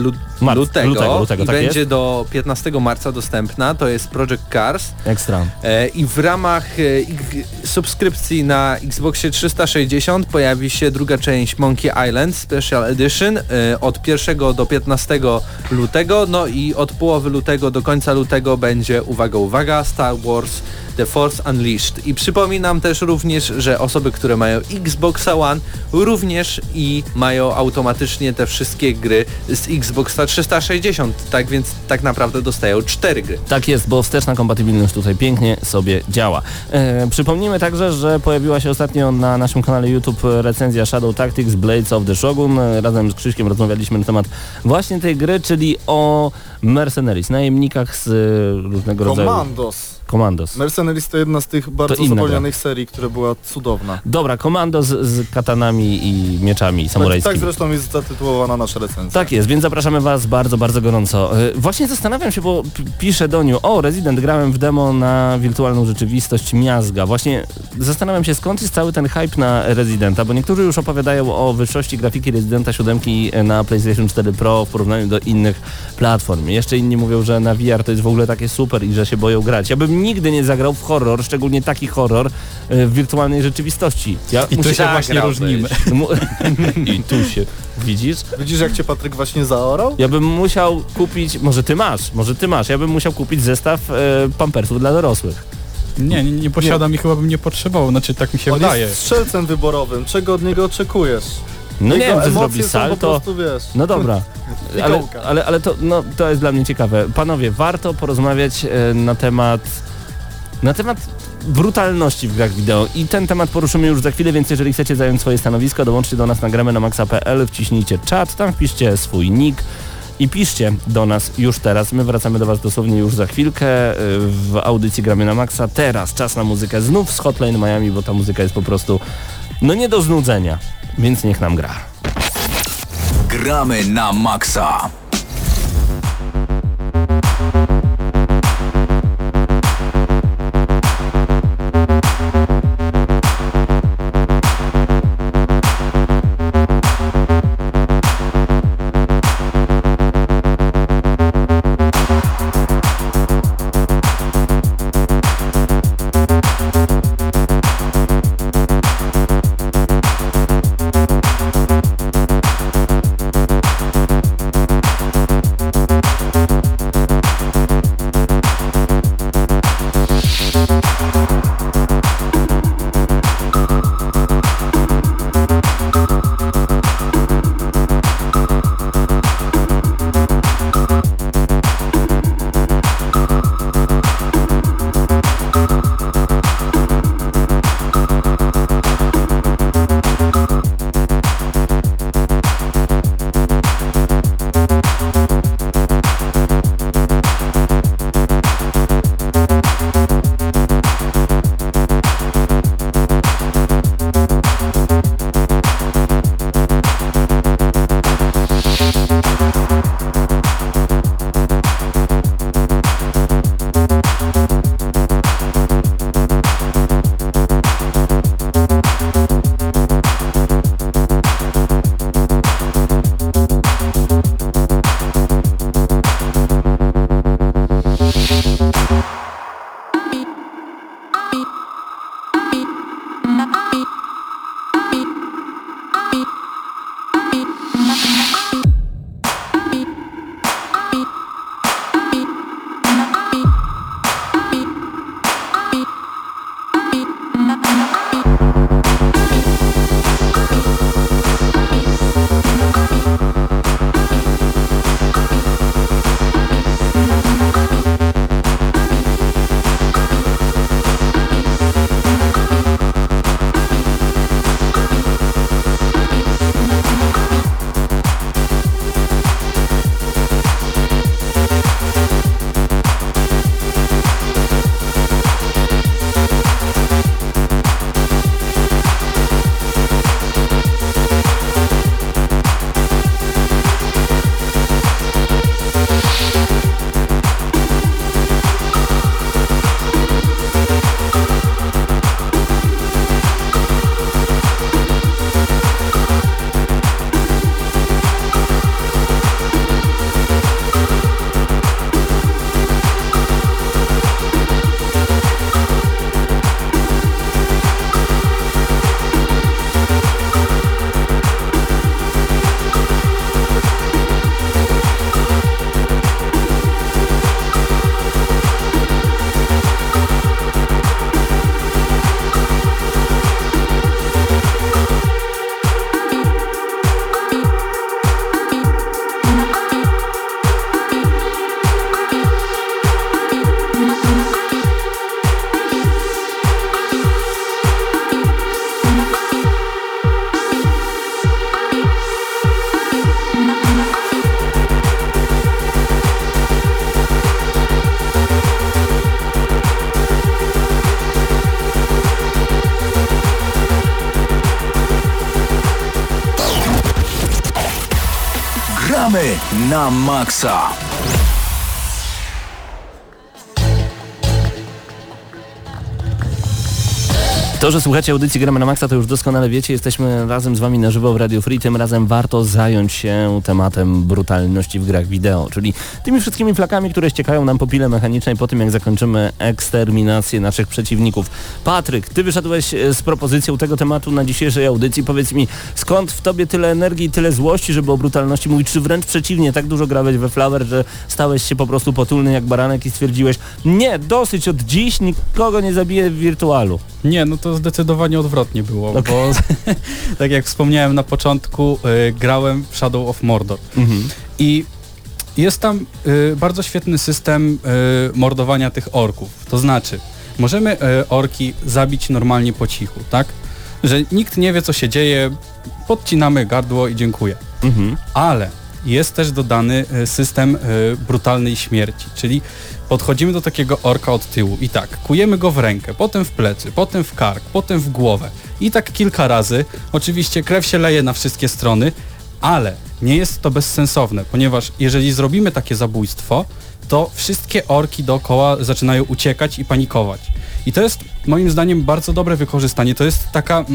lutego i tak będzie jest? do 15 marca dostępna, to jest Project Cars. Ekstra. I w ramach subskrypcji na Xboxie 360 pojawi się druga część Monkey Island Special Edition od 1 do 15 lutego. No i od połowy lutego do końca lutego będzie, uwaga, Star Wars The Force Unleashed. I przypominam też również, że osoby, które mają Xboxa One również i mają automatycznie te wszystkie gry z Xboxa 360. Tak więc tak naprawdę dostają 4 gry. Tak jest, bo wsteczna kompatybilność tutaj pięknie sobie działa. Przypomnijmy także, że pojawiła się ostatnio na naszym kanale YouTube recenzja Shadow Tactics Blades of the Shogun. Razem z Krzyśkiem rozmawialiśmy na temat właśnie tej gry, czyli o Mercenaries, najemnikach z różnego rodzaju... Commandos. Mercenaries to jedna z tych bardzo zapomnianych serii, która była cudowna. Dobra, Commandos z katanami i mieczami samurajskimi. Tak zresztą jest zatytułowana nasza recenzja. Tak jest, więc zapraszamy Was bardzo, bardzo gorąco. Właśnie zastanawiam się, bo pisze Doniu, Resident, grałem w demo na wirtualną rzeczywistość miazga. Właśnie zastanawiam się, skąd jest cały ten hype na Residenta, bo niektórzy już opowiadają o wyższości grafiki Residenta 7 na PlayStation 4 Pro w porównaniu do innych platform. Jeszcze inni mówią, że na VR to jest w ogóle takie super i że się boją grać. Ja bym nigdy nie zagrał w horror, szczególnie taki horror w wirtualnej rzeczywistości. I tu się właśnie różnimy. I tu się, widzisz? Widzisz, jak cię Patryk właśnie zaorał? Ja bym musiał kupić, może ty masz, ja bym musiał kupić zestaw pampersów dla dorosłych. Nie posiadam i chyba bym nie potrzebował, znaczy tak mi się wydaje. On jest strzelcem wyborowym, czego od niego oczekujesz? No Jego nie wiem, czy zrobi emocje są salto. po prostu, wiesz. No dobra, ale to, to jest dla mnie ciekawe. Panowie, warto porozmawiać na temat brutalności w grach wideo i ten temat poruszymy już za chwilę, więc jeżeli chcecie zająć swoje stanowisko, dołączcie do nas na gramy na maxa.pl, wciśnijcie czat, tam wpiszcie swój nick i piszcie do nas już teraz. My wracamy do Was dosłownie już za chwilkę w audycji Gramy na Maxa. Teraz czas na muzykę znów z Hotline Miami, bo ta muzyka jest po prostu nie do znudzenia, więc niech nam gra. Gramy na Maxa. Gramy na maksa. To, że słuchacie audycji Gramy na Maxa, to już doskonale wiecie. Jesteśmy razem z wami na żywo w Radio Free. Tym razem warto zająć się tematem brutalności w grach wideo, czyli tymi wszystkimi flakami, które ściekają nam po pile mechanicznej po tym, jak zakończymy eksterminację naszych przeciwników. Patryk, ty wyszedłeś z propozycją tego tematu na dzisiejszej audycji. Powiedz mi, skąd w tobie tyle energii i tyle złości, żeby o brutalności mówić, czy wręcz przeciwnie, tak dużo grałeś we Flower, że stałeś się po prostu potulny jak baranek i stwierdziłeś, nie, dosyć, od dziś nikogo nie zabiję w wirtualu. Nie, no to zdecydowanie odwrotnie było, bo tak jak wspomniałem na początku, grałem w Shadow of Mordor. I jest tam bardzo świetny system mordowania tych orków. To znaczy, możemy orki zabić normalnie po cichu, tak? Że nikt nie wie, co się dzieje, podcinamy gardło i dziękuję. Ale jest też dodany system brutalnej śmierci, czyli podchodzimy do takiego orka od tyłu i tak, kujemy go w rękę, potem w plecy, potem w kark, potem w głowę i tak kilka razy. Oczywiście krew się leje na wszystkie strony, ale nie jest to bezsensowne, ponieważ jeżeli zrobimy takie zabójstwo, to wszystkie orki dookoła zaczynają uciekać i panikować. I to jest moim zdaniem bardzo dobre wykorzystanie. To jest taka...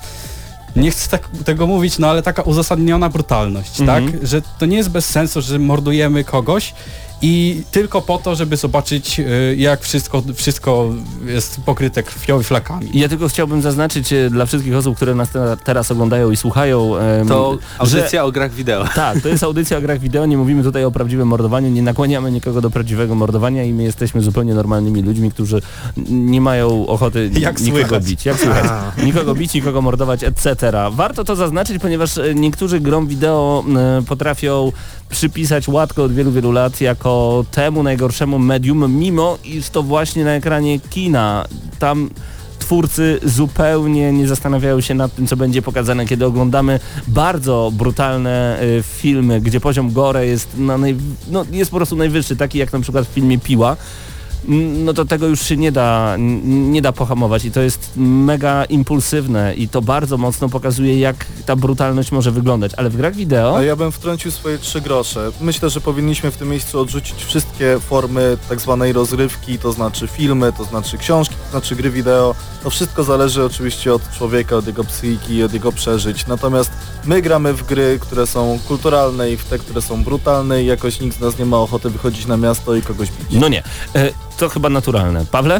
nie chcę tego mówić, no ale taka uzasadniona brutalność, tak? Że to nie jest bez sensu, że mordujemy kogoś i tylko po to, żeby zobaczyć, jak wszystko jest pokryte krwią i flakami. Ja tylko chciałbym zaznaczyć dla wszystkich osób, które nas teraz oglądają i słuchają, to audycja o grach wideo. Tak, to jest audycja o grach wideo, nie mówimy tutaj o prawdziwym mordowaniu, nie nakłaniamy nikogo do prawdziwego mordowania i my jesteśmy zupełnie normalnymi ludźmi, którzy nie mają ochoty nikogo bić. Jak słychać? Nikogo bić, nikogo mordować, etc. Warto to zaznaczyć, ponieważ niektórzy grom wideo potrafią przypisać łatkę od wielu, wielu lat jako temu najgorszemu medium, mimo iż to właśnie na ekranie kina. Tam twórcy zupełnie nie zastanawiają się nad tym, co będzie pokazane, kiedy oglądamy bardzo brutalne filmy, gdzie poziom gore jest, jest po prostu najwyższy, taki jak na przykład w filmie Piła. No to tego już się nie da pohamować i to jest mega impulsywne i to bardzo mocno pokazuje, jak ta brutalność może wyglądać, ale w grach wideo... A ja bym wtrącił swoje 3 grosze. Myślę, że powinniśmy w tym miejscu odrzucić wszystkie formy tak zwanej rozrywki, to znaczy filmy, to znaczy książki, to znaczy gry wideo. To wszystko zależy oczywiście od człowieka, od jego psychiki, od jego przeżyć. Natomiast my gramy w gry, które są kulturalne i w te, które są brutalne i jakoś nikt z nas nie ma ochoty wychodzić na miasto i kogoś bić. No nie. To chyba naturalne. Pawle?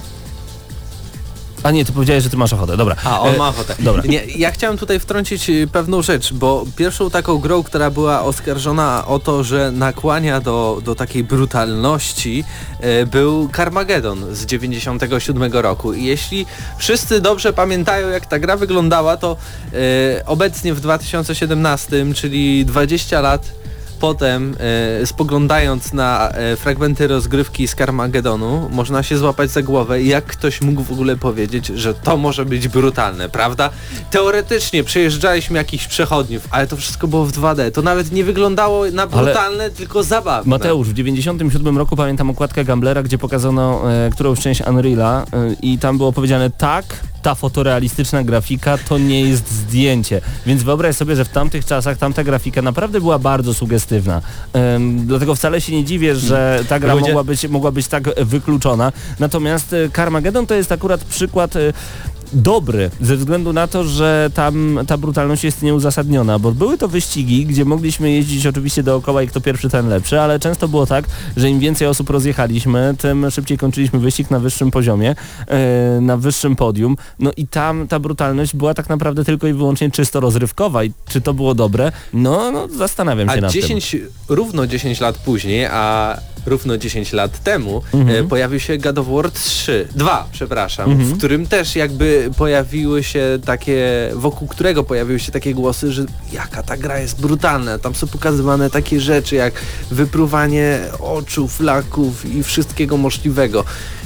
A nie, ty powiedziałeś, że ty masz ochotę, dobra. A, on ma ochotę. Dobra. Nie, ja chciałem tutaj wtrącić pewną rzecz, bo pierwszą taką grą, która była oskarżona o to, że nakłania do takiej brutalności, był Carmageddon z 97 roku. I jeśli wszyscy dobrze pamiętają, jak ta gra wyglądała, to obecnie w 2017, czyli 20 lat potem, spoglądając na fragmenty rozgrywki z Carmageddonu, można się złapać za głowę, jak ktoś mógł w ogóle powiedzieć, że to może być brutalne, prawda? Teoretycznie przejeżdżaliśmy jakichś przechodniów, ale to wszystko było w 2D. To nawet nie wyglądało na brutalne, tylko zabawne. Mateusz, w 97 roku pamiętam okładkę Gamblera, gdzie pokazano którąś część Unreala i tam było powiedziane tak, ta fotorealistyczna grafika to nie jest zdjęcie. Więc wyobraź sobie, że w tamtych czasach tamta grafika naprawdę była bardzo sugestywna. Dlatego wcale się nie dziwię, że ta gra mogła być tak wykluczona. Natomiast Carmageddon to jest akurat przykład dobry, ze względu na to, że tam ta brutalność jest nieuzasadniona, bo były to wyścigi, gdzie mogliśmy jeździć oczywiście dookoła i kto pierwszy, ten lepszy, ale często było tak, że im więcej osób rozjechaliśmy, tym szybciej kończyliśmy wyścig na wyższym poziomie, na wyższym podium, no i tam ta brutalność była tak naprawdę tylko i wyłącznie czysto rozrywkowa i czy to było dobre? No zastanawiam się nad tym. Równo 10 lat później, a równo 10 lat temu pojawił się God of War 2, w którym też jakby pojawiły się takie, wokół którego pojawiły się takie głosy, że jaka ta gra jest brutalna. Tam są pokazywane takie rzeczy jak wypruwanie oczu, flaków i wszystkiego możliwego.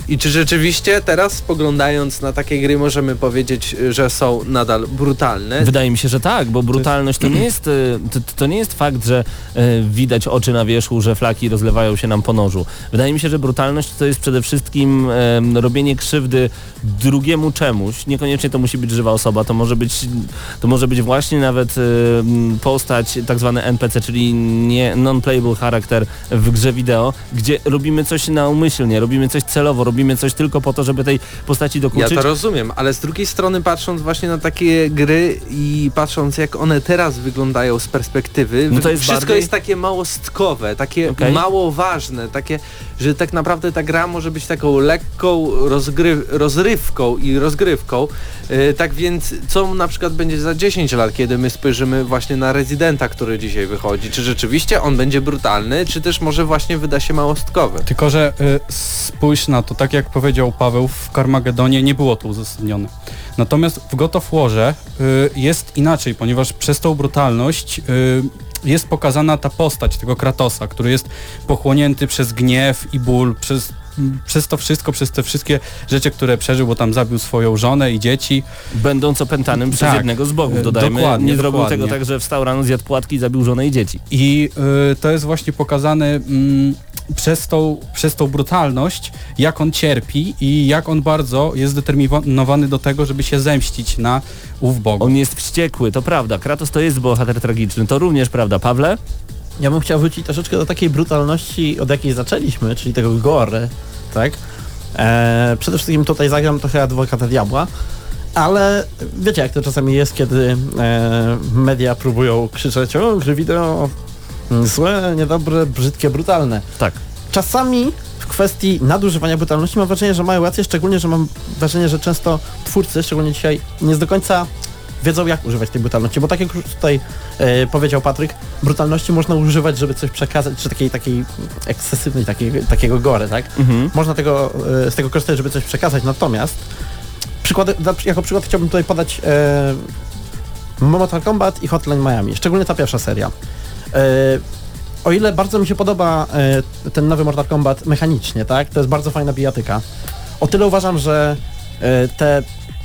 I czy rzeczywiście teraz, spoglądając na takie gry, możemy powiedzieć, że są nadal brutalne? Wydaje mi się, że tak, bo brutalność to nie jest, to nie jest fakt, że widać oczy na wierzchu, że flaki rozlewają się nam po nożu. Wydaje mi się, że brutalność to jest przede wszystkim robienie krzywdy drugiemu czemuś. Niekoniecznie to musi być żywa osoba, to może być właśnie nawet postać, tak zwany NPC, czyli nie non-playable charakter w grze wideo, gdzie robimy coś naumyślnie, robimy coś celowo, robimy coś tylko po to, żeby tej postaci dokuczyć. Ja to rozumiem, ale z drugiej strony patrząc właśnie na takie gry i patrząc jak one teraz wyglądają z perspektywy, No to jest wszystko bardziej... jest takie małostkowe, takie mało ważne, takie, że tak naprawdę ta gra może być taką lekką rozrywką i rozgrywką. Tak więc co na przykład będzie za 10 lat, kiedy my spojrzymy właśnie na Residenta, który dzisiaj wychodzi? Czy rzeczywiście on będzie brutalny, czy też może właśnie wyda się małostkowy? Tylko, że spójrz na to, tak jak powiedział Paweł, w Carmagedonie nie było to uzasadnione. Natomiast w God of Warze jest inaczej, ponieważ przez tą brutalność jest pokazana ta postać tego Kratosa, który jest pochłonięty przez gniew i ból, przez to wszystko, przez te wszystkie rzeczy, które przeżył, bo tam zabił swoją żonę i dzieci. Będąc opętanym przez jednego z bogów, dodajmy. Dokładnie, nie zrobił tego tak, że wstał rano, zjadł płatki i zabił żonę i dzieci. I to jest właśnie pokazane przez tą brutalność, jak on cierpi i jak on bardzo jest zdeterminowany do tego, żeby się zemścić na ów Bóg. On jest wściekły, to prawda. Kratos to jest bohater tragiczny, to również prawda. Pawle? Ja bym chciał wrócić troszeczkę do takiej brutalności, od jakiej zaczęliśmy, czyli tego gore, tak? Przede wszystkim tutaj zagram trochę adwokata diabła, ale wiecie jak to czasami jest, kiedy media próbują krzyczeć o gry wideo złe, niedobre, brzydkie, brutalne. Tak. Czasami w kwestii nadużywania brutalności mam wrażenie, że mają rację, szczególnie, że mam wrażenie, że często twórcy, szczególnie dzisiaj, nie do końca wiedzą jak używać tej brutalności, bo tak jak już tutaj powiedział Patryk, brutalności można używać, żeby coś przekazać, czy takiej ekscesywnej, takiego gore, tak? Można z tego korzystać, żeby coś przekazać, natomiast jako przykład chciałbym tutaj podać Mortal Kombat i Hotline Miami, szczególnie ta pierwsza seria. O ile bardzo mi się podoba ten nowy Mortal Kombat mechanicznie, tak? To jest bardzo fajna bijatyka. O tyle uważam, że te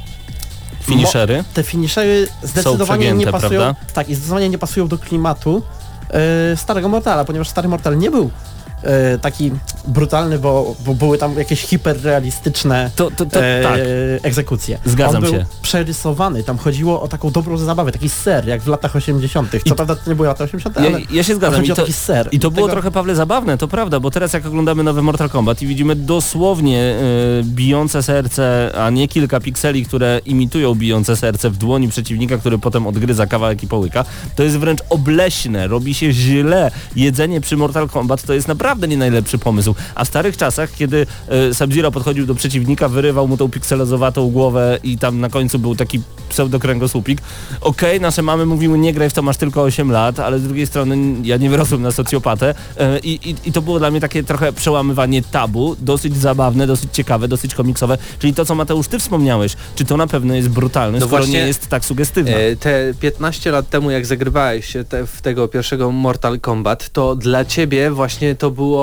finishery zdecydowanie nie pasują. Prawda? Tak, i zdecydowanie nie pasują do klimatu starego Mortala, ponieważ stary Mortal nie był taki brutalny, bo były tam jakieś hiperrealistyczne tak. egzekucje. Zgadzam się. On był przerysowany, tam chodziło o taką dobrą zabawę, taki ser, jak w latach 80. Co prawda to nie były lata 80., ale ja się zgadzam. chodzi o taki ser. I to było trochę, Pawle, zabawne, to prawda, bo teraz jak oglądamy nowy Mortal Kombat i widzimy dosłownie bijące serce, a nie kilka pikseli, które imitują bijące serce w dłoni przeciwnika, który potem odgryza kawałek i połyka, to jest wręcz obleśne, robi się źle. Jedzenie przy Mortal Kombat to jest naprawdę nie najlepszy pomysł. A w starych czasach, kiedy Sub-Zero podchodził do przeciwnika, wyrywał mu tą pikselozowatą głowę i tam na końcu był taki pseudokręgosłupik. Okej, nasze mamy mówiły, nie graj w to, masz tylko 8 lat, ale z drugiej strony ja nie wyrosłem na socjopatę i to było dla mnie takie trochę przełamywanie tabu, dosyć zabawne, dosyć ciekawe, dosyć komiksowe. Czyli to, co Mateusz, ty wspomniałeś, czy to na pewno jest brutalne, skoro właśnie nie jest tak sugestywne? Te 15 lat temu, jak zagrywałeś się w tego pierwszego Mortal Kombat, to dla ciebie właśnie to było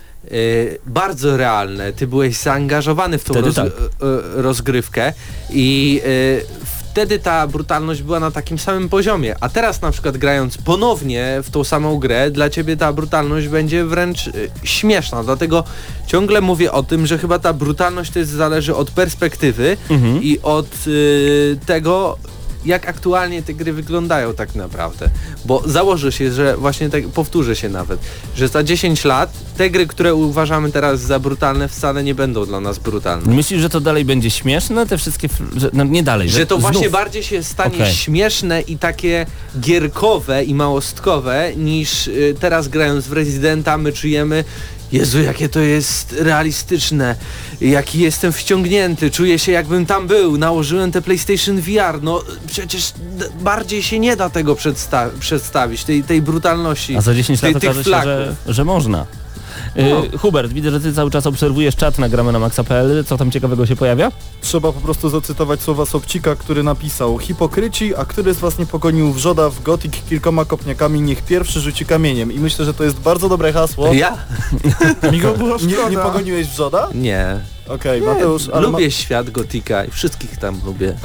bardzo realne. Ty byłeś zaangażowany w tą rozgrywkę i wtedy ta brutalność była na takim samym poziomie, a teraz na przykład grając ponownie w tą samą grę, dla ciebie ta brutalność będzie wręcz śmieszna, dlatego ciągle mówię o tym, że chyba ta brutalność to zależy od perspektywy i od tego, jak aktualnie te gry wyglądają tak naprawdę. Bo założę się, że właśnie tak, powtórzę się nawet, że za 10 lat te gry, które uważamy teraz za brutalne, wcale nie będą dla nas brutalne. Myślisz, że to dalej będzie śmieszne? Te wszystkie... nie dalej. Że to właśnie bardziej się stanie śmieszne i takie gierkowe i małostkowe, niż teraz grając w Residenta my czujemy: Jezu, jakie to jest realistyczne, jaki jestem wciągnięty, czuję się jakbym tam był, nałożyłem te PlayStation VR, no przecież bardziej się nie da tego przedstawić, tej brutalności. A za 10 lat tych okaże się, że można. Hubert, widzę, że ty cały czas obserwujesz czat na gramy na maxa.pl. Co tam ciekawego się pojawia? Trzeba po prostu zacytować słowa Sobcika, który napisał: hipokryci, a który z was nie pogonił wrzoda w Gothic kilkoma kopniakami, niech pierwszy rzuci kamieniem. I myślę, że to jest bardzo dobre hasło. Ja? Mi go było szkoda. Nie pogoniłeś wrzoda? Nie. Okej, Mateusz, ale Lubię świat Gotika i wszystkich tam lubię.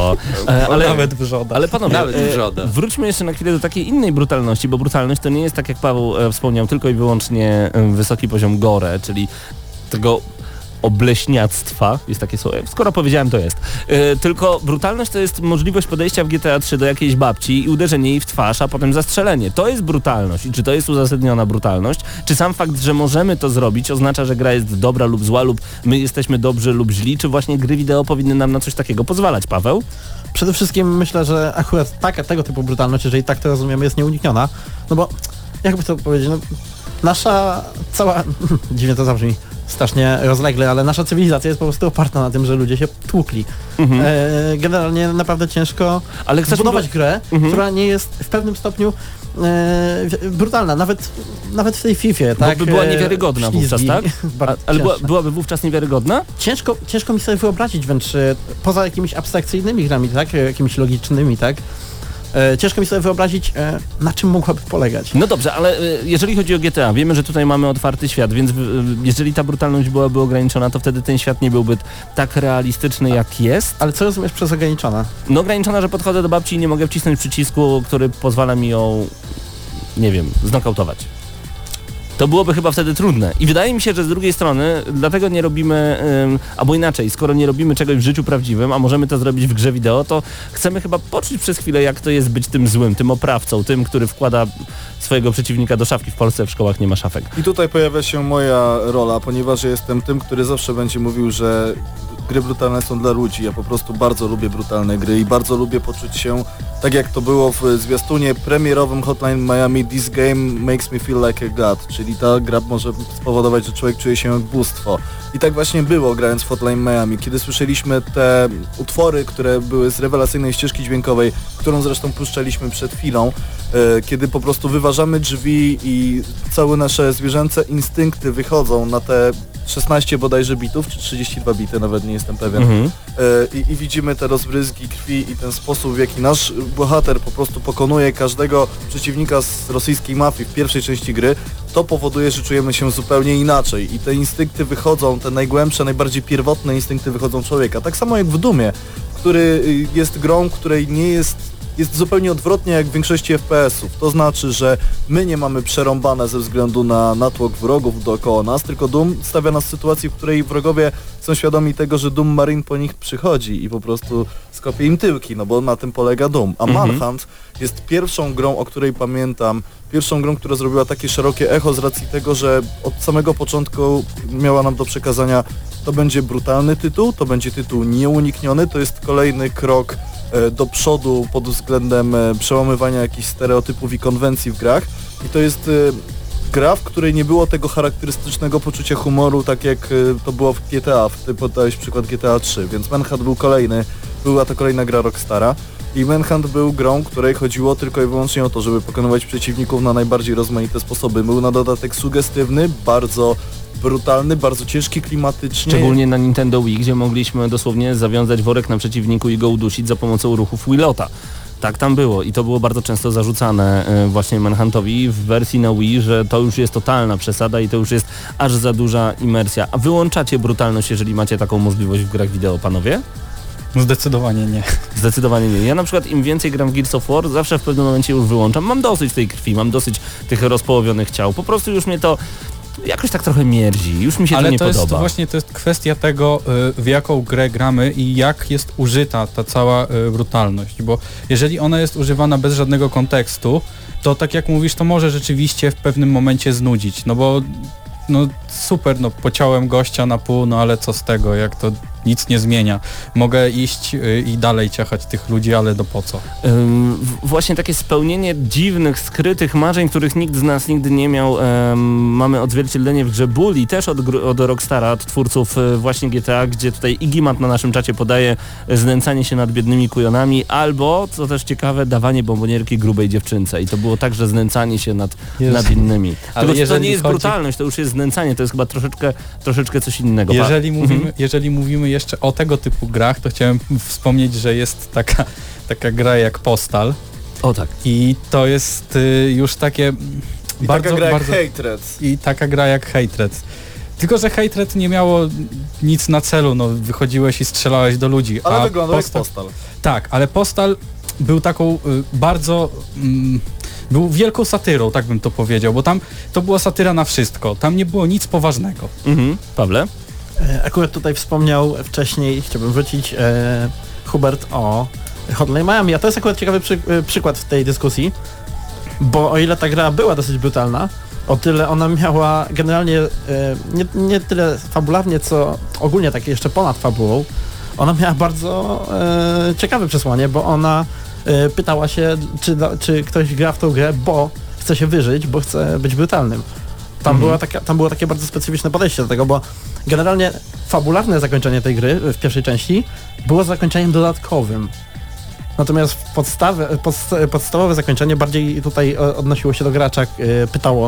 Ale Nawet wrzoda. Ale panowie, Nawet wrzoda. wróćmy jeszcze na chwilę do takiej innej brutalności, bo brutalność to nie jest, tak jak Paweł wspomniał, tylko i wyłącznie wysoki poziom gore, czyli tego obleśniactwa, jest takie słowo, skoro powiedziałem, to jest. Tylko brutalność to jest możliwość podejścia w GTA 3 do jakiejś babci i uderzenie jej w twarz, a potem zastrzelenie. To jest brutalność. I czy to jest uzasadniona brutalność? Czy sam fakt, że możemy to zrobić, oznacza, że gra jest dobra lub zła, lub my jesteśmy dobrzy lub źli, czy właśnie gry wideo powinny nam na coś takiego pozwalać, Paweł? Przede wszystkim myślę, że akurat tego typu brutalność, jeżeli tak to rozumiemy, jest nieunikniona. No bo, jakby to powiedzieć, no, nasza cała, dziwnie to zabrzmi, strasznie rozlegle, ale nasza cywilizacja jest po prostu oparta na tym, że ludzie się tłukli. Generalnie naprawdę ciężko zbudować grę, która nie jest w pewnym stopniu brutalna, nawet w tej FIFA, tak? Bo by była niewiarygodna wówczas, tak? Ale ciężko. byłaby wówczas niewiarygodna? Ciężko mi sobie wyobrazić wręcz, poza jakimiś abstrakcyjnymi grami, tak? Jakimiś logicznymi, tak? Ciężko mi sobie wyobrazić, na czym mogłaby polegać. No dobrze, ale jeżeli chodzi o GTA, wiemy, że tutaj mamy otwarty świat, więc jeżeli ta brutalność byłaby ograniczona, to wtedy ten świat nie byłby tak realistyczny, jak jest. Ale co rozumiesz przez ograniczona? No ograniczona, że podchodzę do babci i nie mogę wcisnąć przycisku, który pozwala mi ją, nie wiem, znokautować. To byłoby chyba wtedy trudne. I wydaje mi się, że z drugiej strony dlatego nie robimy, albo inaczej, skoro nie robimy czegoś w życiu prawdziwym, a możemy to zrobić w grze wideo, to chcemy chyba poczuć przez chwilę, jak to jest być tym złym, tym oprawcą, tym, który wkłada swojego przeciwnika do szafki. W Polsce w szkołach nie ma szafek. I tutaj pojawia się moja rola, ponieważ ja jestem tym, który zawsze będzie mówił, że gry brutalne są dla ludzi. Ja po prostu bardzo lubię brutalne gry i bardzo lubię poczuć się tak, jak to było w zwiastunie premierowym Hotline Miami This Game Makes Me Feel Like a God, czyli ta gra może spowodować, że człowiek czuje się jak bóstwo. I tak właśnie było, grając w Hotline Miami, kiedy słyszeliśmy te utwory, które były z rewelacyjnej ścieżki dźwiękowej, którą zresztą puszczaliśmy przed chwilą, kiedy po prostu wyważamy drzwi i całe nasze zwierzęce instynkty wychodzą na te 16 bodajże bitów, czy 32 bity, nawet nie jestem pewien. I widzimy te rozbryzgi krwi i ten sposób, w jaki nasz bohater po prostu pokonuje każdego przeciwnika z rosyjskiej mafii w pierwszej części gry, to powoduje, że czujemy się zupełnie inaczej i te instynkty wychodzą, te najgłębsze, najbardziej pierwotne instynkty wychodzą człowieka. Tak samo jak w Doomie, który jest grą, której nie jest zupełnie odwrotnie jak w większości FPS-ów. To znaczy, że my nie mamy przerąbane ze względu na natłok wrogów dookoła nas, tylko Doom stawia nas w sytuacji, w której wrogowie są świadomi tego, że Doom Marine po nich przychodzi i po prostu skopie im tyłki, no bo na tym polega Doom. A Manhunt jest pierwszą grą, o której pamiętam, pierwszą grą, która zrobiła takie szerokie echo z racji tego, że od samego początku miała nam do przekazania, to będzie brutalny tytuł, to będzie tytuł nieunikniony, to jest kolejny krok do przodu pod względem przełamywania jakichś stereotypów i konwencji w grach i to jest gra, w której nie było tego charakterystycznego poczucia humoru, tak jak to było w GTA, ty podałeś przykład GTA 3, więc Manhunt była to kolejna gra Rockstara i Manhunt był grą, której chodziło tylko i wyłącznie o to, żeby pokonywać przeciwników na najbardziej rozmaite sposoby. Był na dodatek sugestywny, bardzo brutalny, bardzo ciężki klimatycznie. Szczególnie na Nintendo Wii, gdzie mogliśmy dosłownie zawiązać worek na przeciwniku i go udusić za pomocą ruchów Wilota. Tak tam było i to było bardzo często zarzucane właśnie Manhuntowi w wersji na Wii, że to już jest totalna przesada i to już jest aż za duża imersja. A wyłączacie brutalność, jeżeli macie taką możliwość w grach wideo, panowie? Zdecydowanie nie. Zdecydowanie nie. Ja na przykład im więcej gram w Gears of War, zawsze w pewnym momencie już wyłączam. Mam dosyć tej krwi, mam dosyć tych rozpołowionych ciał. Po prostu już mnie to jakoś tak trochę mierdzi, już mi się to nie podoba. Ale to jest kwestia tego, w jaką grę gramy i jak jest użyta ta cała brutalność, bo jeżeli ona jest używana bez żadnego kontekstu, to tak jak mówisz, to może rzeczywiście w pewnym momencie znudzić, no bo no super, no pociąłem gościa na pół, no ale co z tego, jak to nic nie zmienia. Mogę iść i dalej ciachać tych ludzi, ale po co? Właśnie takie spełnienie dziwnych, skrytych marzeń, których nikt z nas nigdy nie miał. Mamy odzwierciedlenie w grze Bully, też od Rockstara, od twórców właśnie GTA, gdzie tutaj Igimat na naszym czacie podaje znęcanie się nad biednymi kujonami, albo, co też ciekawe, dawanie bombonierki grubej dziewczynce. I to było także znęcanie się nad innymi. Ale to nie jest brutalność, to już jest znęcanie, to jest chyba troszeczkę coś innego. Jeżeli mówimy jeszcze o tego typu grach, to chciałem wspomnieć, że jest taka gra jak Postal. O tak. I to jest już takie I taka gra jak Hatred. I taka gra jak Hatred. Tylko, że Hatred nie miało nic na celu, no wychodziłeś i strzelałeś do ludzi. Ale a wyglądał jak Postal. Tak, ale Postal był taką bardzo... był wielką satyrą, tak bym to powiedział, bo tam to była satyra na wszystko. Tam nie było nic poważnego. Pawle? Akurat tutaj wspomniał wcześniej, chciałbym wrócić, Hubert o Hotline Miami, a to jest akurat ciekawy przykład w tej dyskusji, bo o ile ta gra była dosyć brutalna, o tyle ona miała generalnie nie tyle fabularnie, co ogólnie takie jeszcze ponad fabułą, ona miała bardzo ciekawe przesłanie, bo ona pytała się, czy ktoś gra w tą grę, bo chce się wyżyć, bo chce być brutalnym. Tam było takie bardzo specyficzne podejście do tego, bo generalnie fabularne zakończenie tej gry w pierwszej części było zakończeniem dodatkowym. Natomiast podstawowe zakończenie bardziej tutaj odnosiło się do gracza, pytało,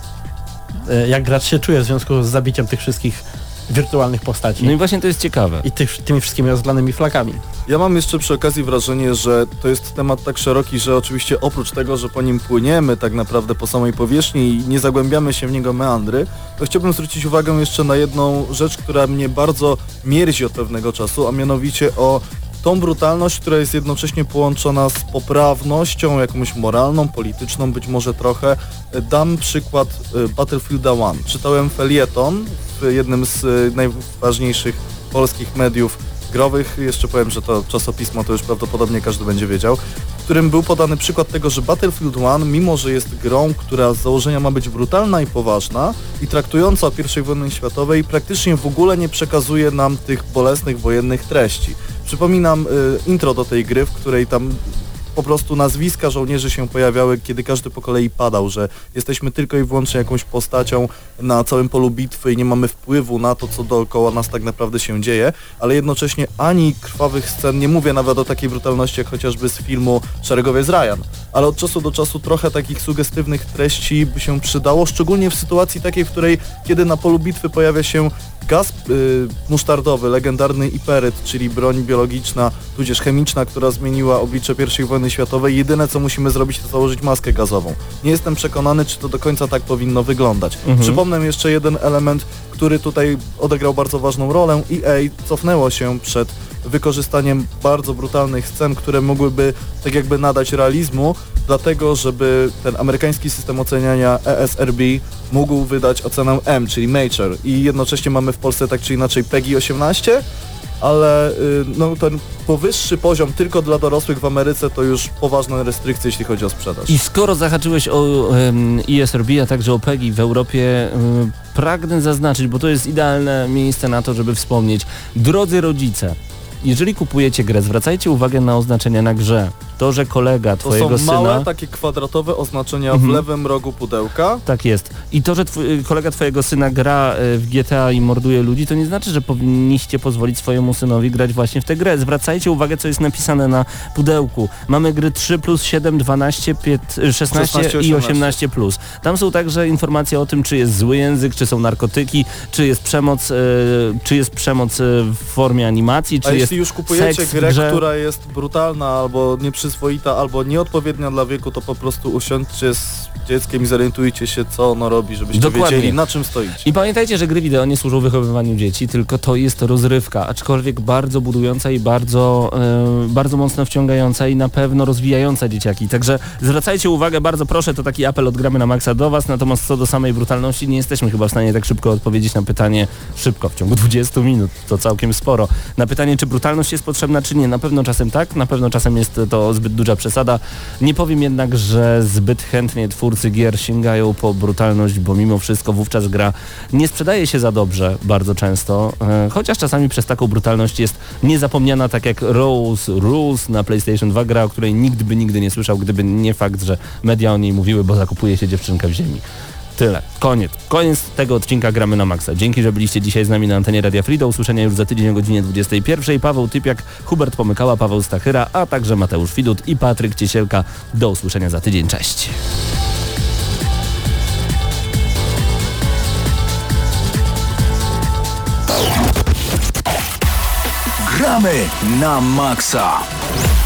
jak gracz się czuje w związku z zabiciem tych wszystkich wirtualnych postaci. No i właśnie to jest ciekawe. I tymi wszystkimi rozlanymi flakami. Ja mam jeszcze przy okazji wrażenie, że to jest temat tak szeroki, że oczywiście oprócz tego, że po nim płyniemy tak naprawdę po samej powierzchni i nie zagłębiamy się w niego meandry, to chciałbym zwrócić uwagę jeszcze na jedną rzecz, która mnie bardzo mierzi od pewnego czasu, a mianowicie o tą brutalność, która jest jednocześnie połączona z poprawnością jakąś moralną, polityczną, być może trochę. Dam przykład Battlefielda 1. Czytałem felieton w jednym z najważniejszych polskich mediów growych, jeszcze powiem, że to czasopismo to już prawdopodobnie każdy będzie wiedział, w którym był podany przykład tego, że Battlefield 1, mimo że jest grą, która z założenia ma być brutalna i poważna i traktująca o I wojnie światowej, praktycznie w ogóle nie przekazuje nam tych bolesnych wojennych treści. Przypominam intro do tej gry, w której tam po prostu nazwiska żołnierzy się pojawiały, kiedy każdy po kolei padał, że jesteśmy tylko i wyłącznie jakąś postacią na całym polu bitwy i nie mamy wpływu na to, co dookoła nas tak naprawdę się dzieje, ale jednocześnie ani krwawych scen, nie mówię nawet o takiej brutalności jak chociażby z filmu Szeregowiec Ryan, ale od czasu do czasu trochę takich sugestywnych treści by się przydało, szczególnie w sytuacji takiej, w której kiedy na polu bitwy pojawia się gaz musztardowy, legendarny iperyt, czyli broń biologiczna, tudzież chemiczna, która zmieniła oblicze I wojny światowej. Jedyne co musimy zrobić to założyć maskę gazową. Nie jestem przekonany, czy to do końca tak powinno wyglądać. Przypomnę jeszcze jeden element, który tutaj odegrał bardzo ważną rolę. EA cofnęło się przed wykorzystaniem bardzo brutalnych scen, które mogłyby tak jakby nadać realizmu, dlatego żeby ten amerykański system oceniania ESRB mógł wydać ocenę M, czyli Mature, i jednocześnie mamy w Polsce tak czy inaczej PEGI 18, ale no, ten powyższy poziom tylko dla dorosłych w Ameryce to już poważne restrykcje, jeśli chodzi o sprzedaż. I skoro zahaczyłeś o ESRB, a także o PEGI w Europie, pragnę zaznaczyć, bo to jest idealne miejsce na to, żeby wspomnieć. Drodzy rodzice, jeżeli kupujecie grę, zwracajcie uwagę na oznaczenia na grze. To, że kolega twojego syna... To są małe, takie kwadratowe oznaczenia w lewym rogu pudełka. Tak jest. I to, że kolega twojego syna gra w GTA i morduje ludzi, to nie znaczy, że powinniście pozwolić swojemu synowi grać właśnie w tę grę. Zwracajcie uwagę, co jest napisane na pudełku. Mamy gry 3+, 7, 12, 16 i 18+. Tam są także informacje o tym, czy jest zły język, czy są narkotyki, czy jest przemoc w formie animacji, czy jest jeśli już kupujecie seks grę, w grze, która jest brutalna, albo nieprzyzwoita, albo nieodpowiednia dla wieku, to po prostu usiądźcie z dzieckiem i zorientujcie się, co ono robi, żebyście Dokładnie. wiedzieli, na czym stoicie. I pamiętajcie, że gry wideo nie służą wychowywaniu dzieci, tylko to jest rozrywka, aczkolwiek bardzo budująca i bardzo mocno wciągająca i na pewno rozwijająca dzieciaki. Także zwracajcie uwagę, bardzo proszę, to taki apel od Gramy na Maxa do Was, natomiast co do samej brutalności, nie jesteśmy chyba w stanie tak szybko odpowiedzieć na pytanie, w ciągu 20 minut, to całkiem sporo, na pytanie, czy brutalność jest potrzebna, czy nie. Na pewno czasem tak, na pewno czasem jest to zbyt duża przesada. Nie powiem jednak, że zbyt chętnie twórcy gier sięgają po brutalność, bo mimo wszystko wówczas gra nie sprzedaje się za dobrze bardzo często, chociaż czasami przez taką brutalność jest niezapomniana, tak jak Rose Rules na PlayStation 2, gra, o której nikt by nigdy nie słyszał, gdyby nie fakt, że media o niej mówiły, bo zakupuje się dziewczynka w ziemi. Tyle. Koniec tego odcinka Gramy na Maxa. Dzięki, że byliście dzisiaj z nami na antenie Radia Free. Do usłyszenia już za tydzień o godzinie 21. Paweł Typiak, Hubert Pomykała, Paweł Stachyra, a także Mateusz Widut i Patryk Ciesielka. Do usłyszenia za tydzień. Cześć. Gramy na Maxa.